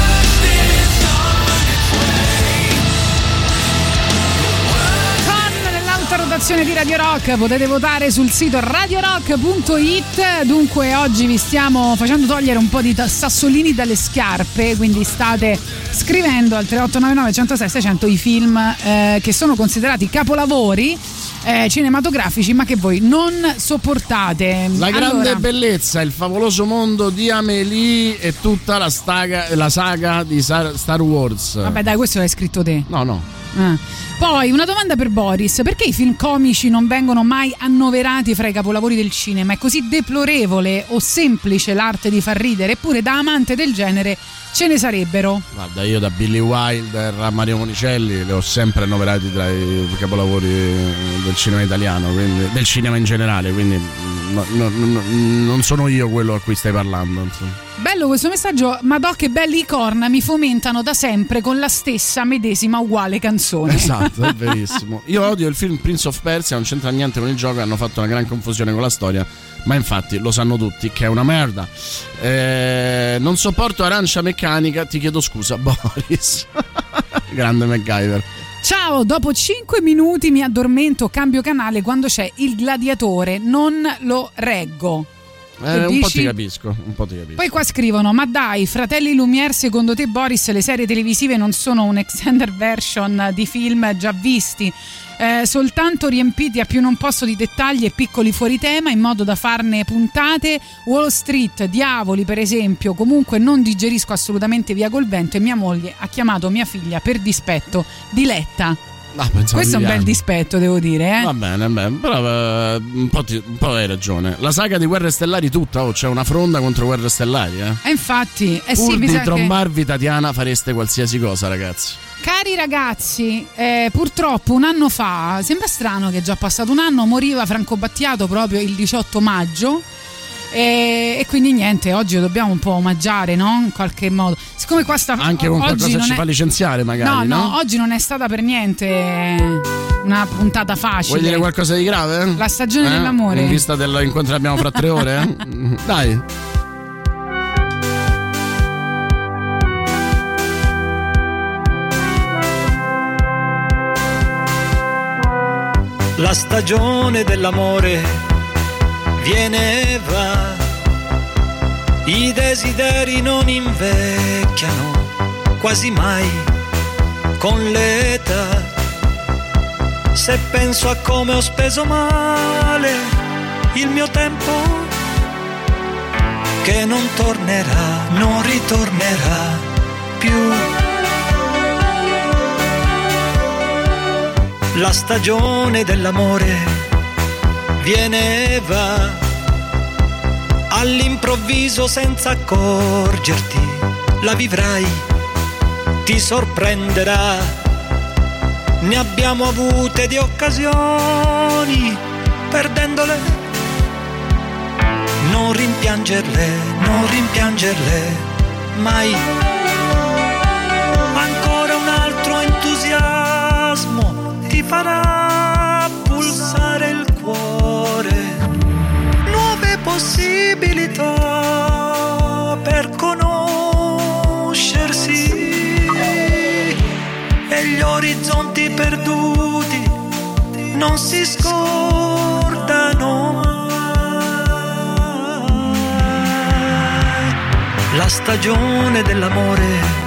Rotazione di Radio Rock, potete votare sul sito radiorock.it. Dunque oggi vi stiamo facendo togliere un po' di sassolini dalle scarpe, quindi state scrivendo al 3899 106 600 i film che sono considerati capolavori cinematografici ma che voi non sopportate. La grande bellezza, il favoloso mondo di Amélie e tutta la saga di Star Wars. Vabbè dai, questo l'hai scritto te. No. Poi una domanda per Boris: perché i film comici non vengono mai annoverati fra i capolavori del cinema? È così deplorevole o semplice l'arte di far ridere? Eppure da amante del genere ce ne sarebbero. Guarda, io da Billy Wilder a Mario Monicelli li ho sempre annoverati tra i capolavori del cinema italiano, quindi, del cinema in generale, quindi non sono io quello a cui stai parlando, insomma. Bello questo messaggio. Madò che belli i Korn, mi fomentano da sempre con la stessa medesima uguale canzone. Esatto, è verissimo. Io odio il film Prince of Persia, non c'entra niente con il gioco, hanno fatto una gran confusione con la storia, ma infatti lo sanno tutti che è una merda. Non sopporto Arancia Meccanica, ti chiedo scusa Boris. Grande MacGyver. Ciao, dopo 5 minuti mi addormento, cambio canale quando c'è Il Gladiatore, non lo reggo. Un po' ti capisco. Poi qua scrivono: ma dai, Fratelli Lumière, secondo te Boris le serie televisive non sono un extended version di film già visti, soltanto riempiti a più non posso di dettagli e piccoli fuori tema in modo da farne puntate? Wall Street, Diavoli per esempio. Comunque non digerisco assolutamente Via col vento e mia moglie ha chiamato mia figlia per dispetto Diletta. Questo è un bel dispetto, devo dire, Va bene, però un po' hai ragione. La saga di Guerre Stellari tutta, c'è una fronda contro Guerre Stellari, infatti, pur sì, di trombarvi Tatiana fareste qualsiasi cosa, ragazzi. Cari ragazzi, purtroppo un anno fa, sembra strano che è già passato un anno, moriva Franco Battiato proprio il 18 maggio. E quindi niente, oggi lo dobbiamo un po' omaggiare, no? In qualche modo. Siccome qua sta anche con qualcosa ci fa licenziare, magari. No, oggi non è stata per niente una puntata facile. Vuoi dire qualcosa di grave? La stagione dell'amore. In vista dell'incontro che abbiamo fra 3 ore? Dai. La stagione dell'amore viene e va, i desideri non invecchiano quasi mai con l'età. Se penso a come ho speso male il mio tempo, che non tornerà, non ritornerà più. La stagione dell'amore viene e va, all'improvviso senza accorgerti, la vivrai, ti sorprenderà. Ne abbiamo avute di occasioni, perdendole, non rimpiangerle mai. Ancora un altro entusiasmo ti farà pulsare il cuore, nuove possibilità per conoscersi, e gli orizzonti perduti non si scordano mai. La stagione dell'amore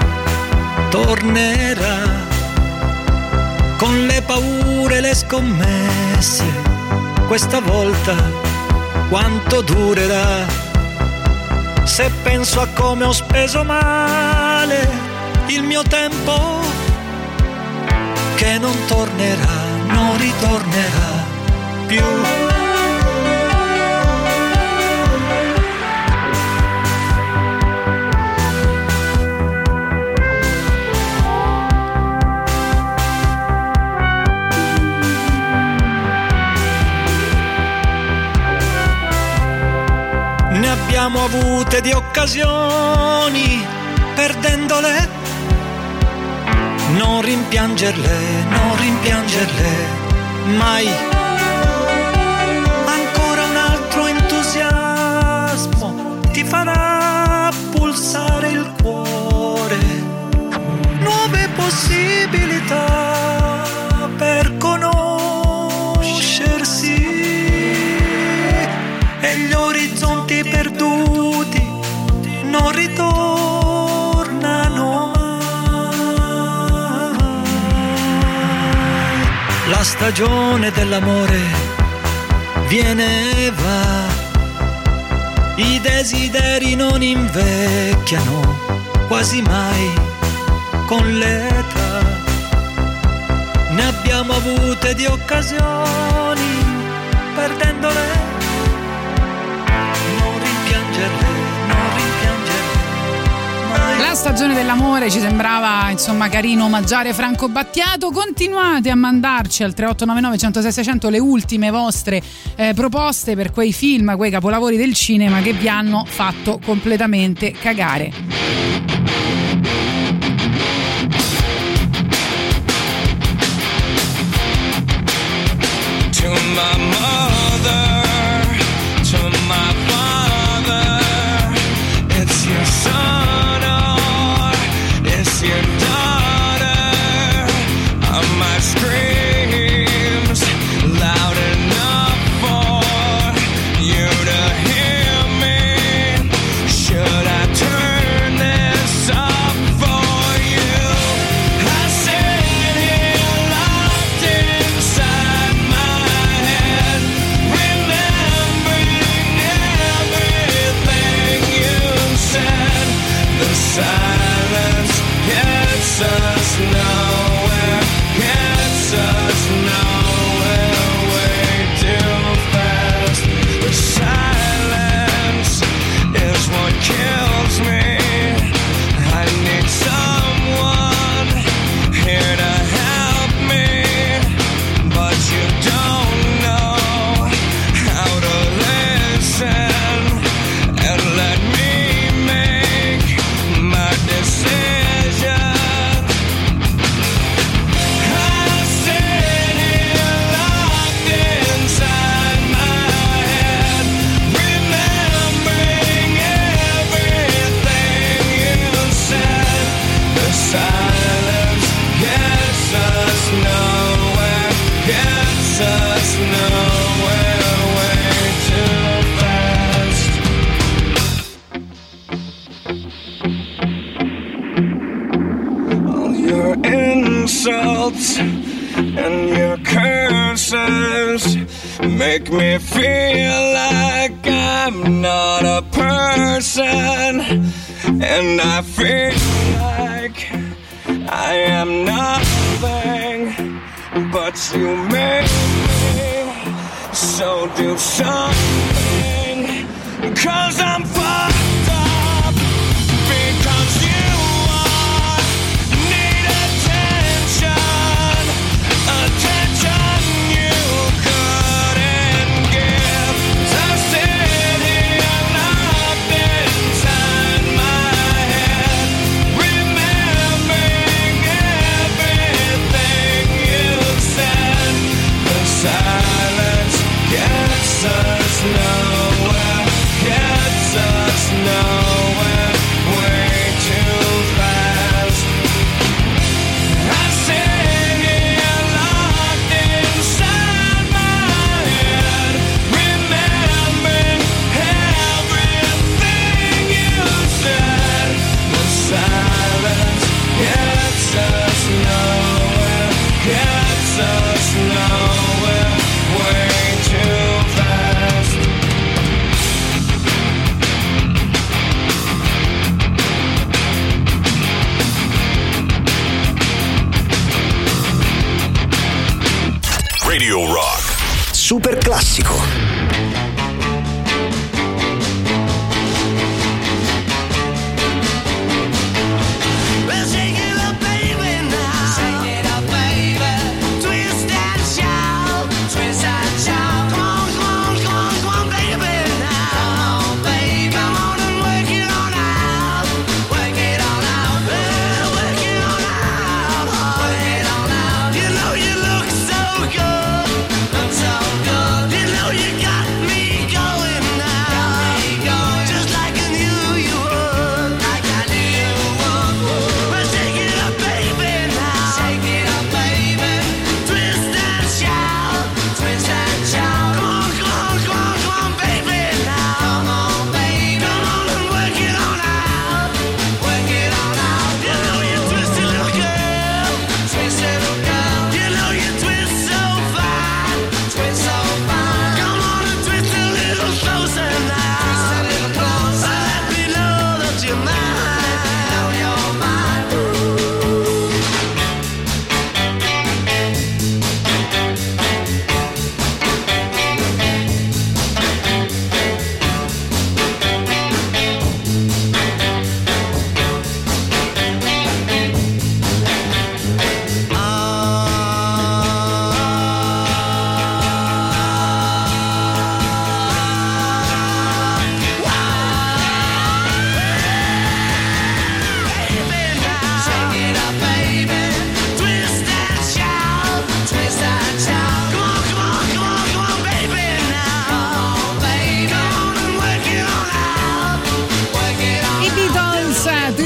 tornerà, con le paure e le scommesse, questa volta quanto durerà? Se penso a come ho speso male il mio tempo, che non tornerà, non ritornerà più. Ne abbiamo avute di occasioni, perdendole, non rimpiangerle mai. Ancora un altro entusiasmo ti farà pulsare il cuore, nuove possibilità per conoscersi e gli orizzonti perduti non ritornano mai. La stagione dell'amore viene e va, i desideri non invecchiano quasi mai con l'età. Ne abbiamo avute di occasioni, perdendole, non rimpiangerle, non rimpiangerle mai. La stagione dell'amore ci sembrava insomma carino omaggiare Franco Battiato. Continuate a mandarci al 3899 106 600 le ultime vostre proposte per quei film, quei capolavori del cinema che vi hanno fatto completamente cagare. To my mother, to my father, it's your son or it's your daughter. My screams loud enough for you to hear me. Should I turn this up for you? I sit here locked inside my head, remembering everything you said. The silence gets us nowhere, gets us nowhere, way too fast. The silence is what kills me. I need someone here to help me, but you don't know how to listen and let me make my decision. I sit here locked inside my head, remembering everything you said. The silence gets us nowhere, gets us nowhere, way too fast. All your insults and your curses make me feel like I'm not a person, and I feel like I am nothing, but you make me, so do something, 'cause I'm fucked up, because you need attention, attention you couldn't give. So I sit here locked inside my head, remembering everything you said. The silence gets us nowhere, gets us nowhere, way too fast. I sit here locked inside my head, remembering everything you said. The silence gets us nowhere, gets us nowhere, way too fast. Radio Rock. Super classico. Well, shake it up, baby, now. Shake it up, baby. Twist and shout. Twist and shout. Come on, come on, come on, come on, baby, now. Come on, baby. Come on and work it on out. Work it on out. Well, work it on out. Work it on out. You know you look so good. So good. You know you got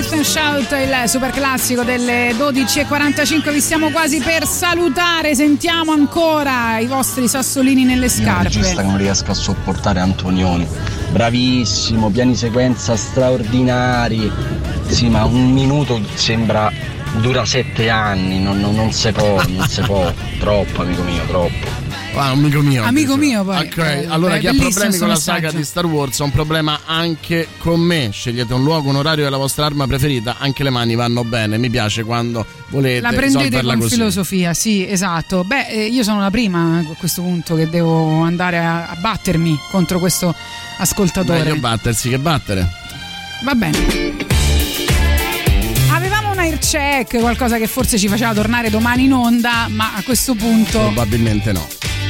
Lift and Shout, il super classico delle 12:45. Vi stiamo quasi per salutare. Sentiamo ancora i vostri sassolini nelle scarpe. Io regista che non riesco a sopportare Antonioni, bravissimo, piani sequenza straordinari, sì, ma un minuto dura 7 anni, non si può, troppo, amico mio, troppo. Amico mio poi. Ok, allora chi ha problemi con la saga di Star Wars ha un problema anche con me. Scegliete un luogo, un orario della vostra arma preferita, anche le mani vanno bene. Mi piace quando volete la prendete risolverla con così. Filosofia, sì, esatto. Io sono la prima a questo punto che devo andare a battermi contro questo ascoltatore. Meglio battersi che battere. Va bene. Avevamo un air check, qualcosa che forse ci faceva tornare domani in onda, ma a questo punto probabilmente no.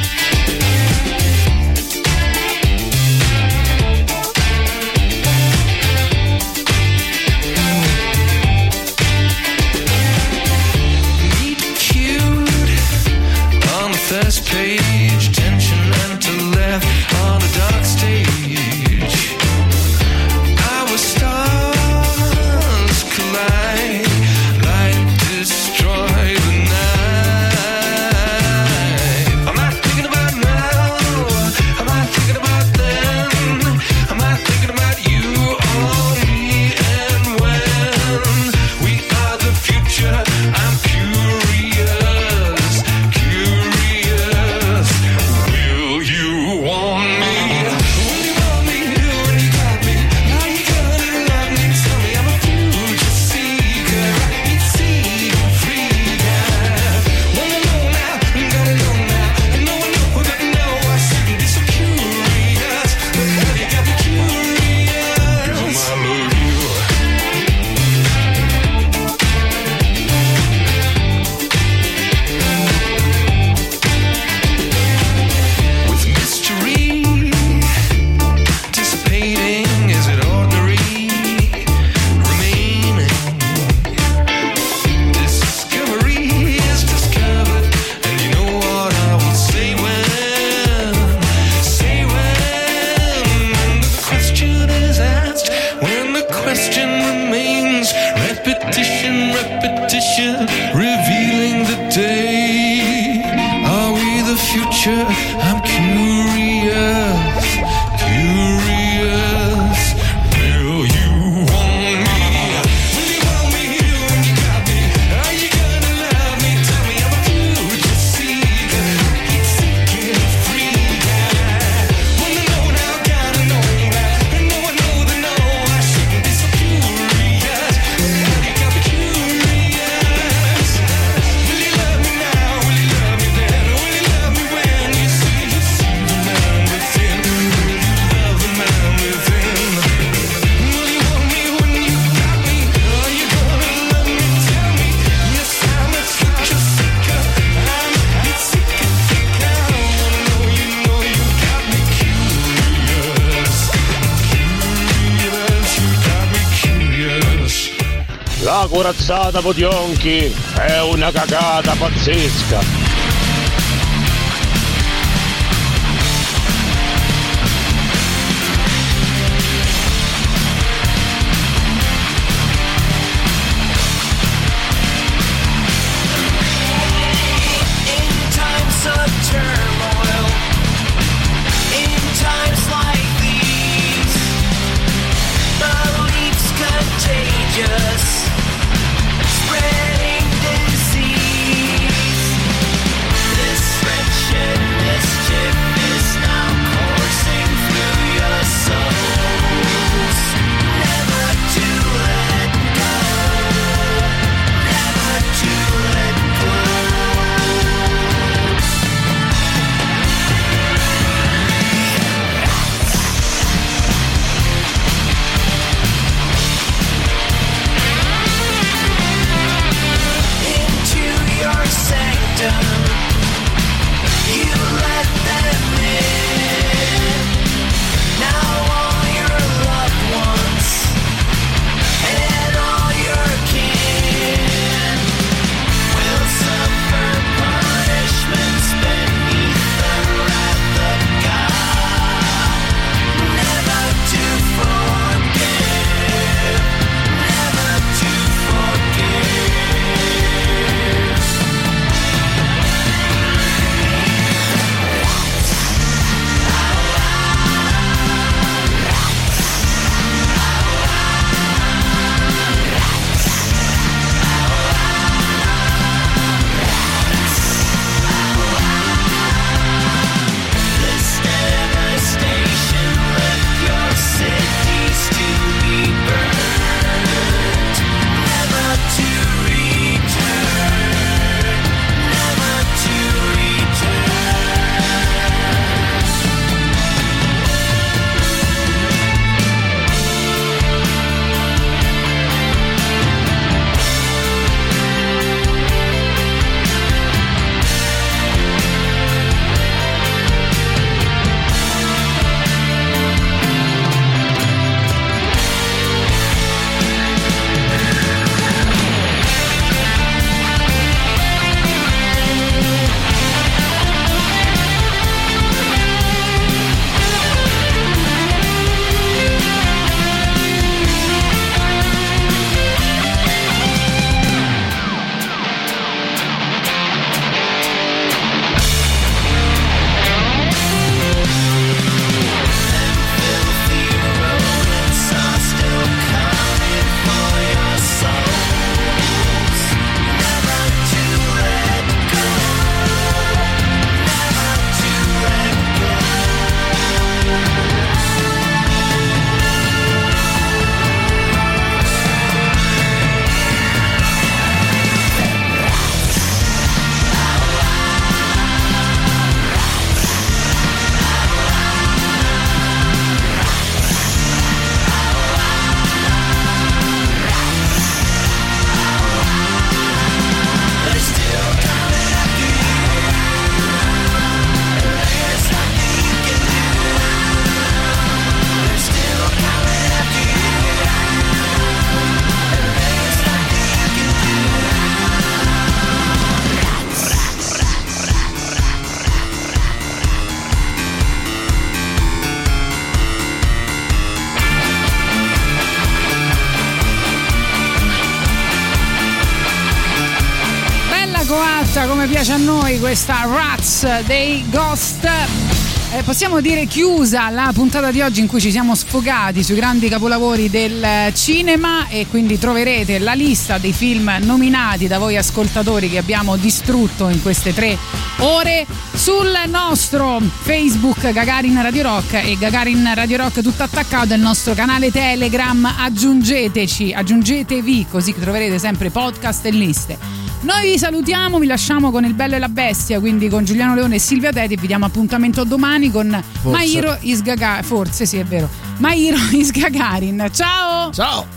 First page, tension and to left on a dark stage. Our stars collide, light destroy the night. I'm not thinking about now, I'm not thinking about then, I'm not thinking about you or me and when. We are the future, I'm curious. Revealing the day. Are we the future? I'm curious, curious. Will you want me? Will you want me when you got me? Are you gonna love me? Tell me I'm a future seeker, seeking freedom. Wanna know now, gotta know that. I know the know. I shouldn't be so curious. You got me curious. Will you love me now? Will you love me then? Will you love me when you see the man within? Will you love the man within? Will you want me when you got me? Are you gonna love me? Tell me. Yes, I'm a future seeker. I'm a seeker. I wanna know you got me curious. Curious, you got me curious. La corazzata Potionchi è una cagata pazzesca. In times of turmoil, in times like these, beliefs contagious, spreading disease. brutta come piace a noi questa Rats dei Ghost. Possiamo dire chiusa la puntata di oggi in cui ci siamo sfogati sui grandi capolavori del cinema, e quindi troverete la lista dei film nominati da voi ascoltatori che abbiamo distrutto in queste 3 ore sul nostro Facebook Gagarin Radio Rock e Gagarin Radio Rock tutto attaccato, il nostro canale Telegram. Aggiungetevi, così troverete sempre podcast e liste. Noi vi salutiamo, vi lasciamo con Il Bello e la Bestia, quindi con Giuliano Leone e Silvia Teti, e vi diamo appuntamento domani con My Hero is Gagarin. Forse sì, è vero. My Hero is Gagarin. Ciao! Ciao!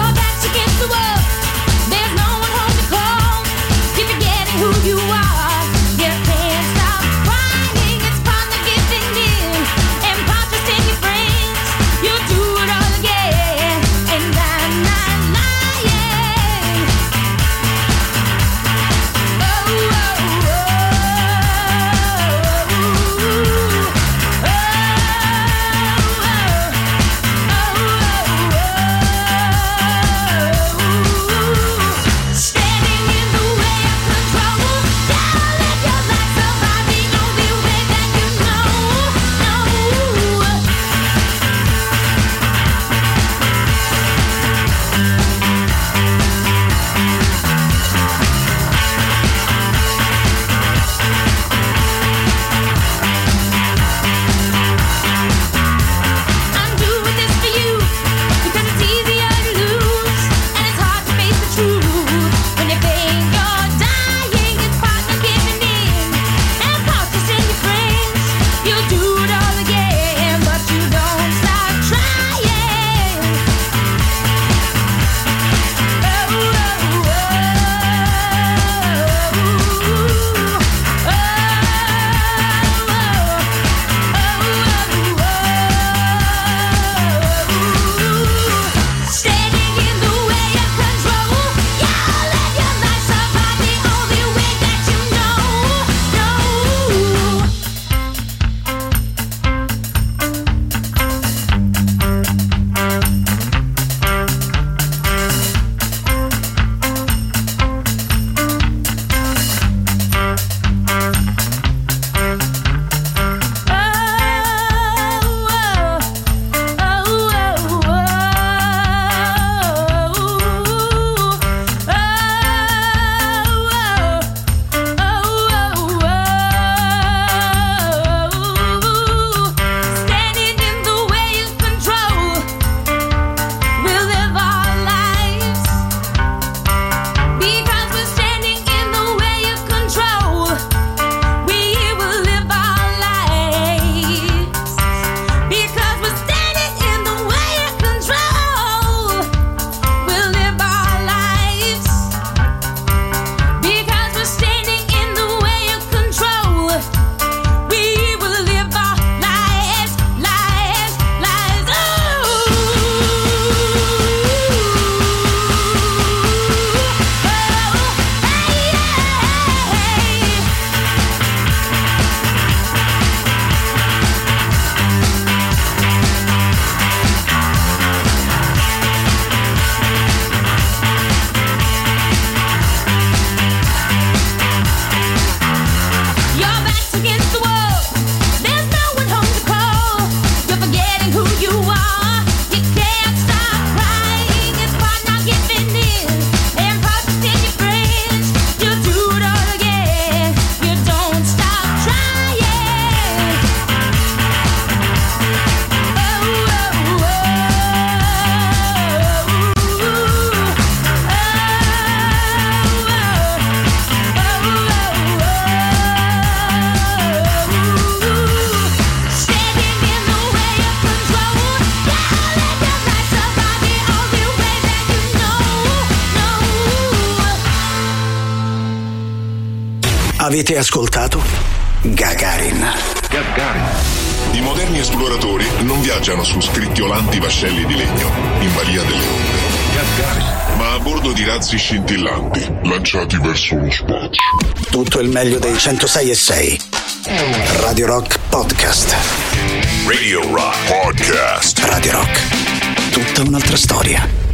Avete ascoltato Gagarin. I moderni esploratori non viaggiano su scricchiolanti vascelli di legno in balia delle onde, ma a bordo di razzi scintillanti lanciati verso lo spazio. Tutto il meglio dei 106.6 Radio Rock Podcast. Radio Rock Podcast. Radio Rock, tutta un'altra storia.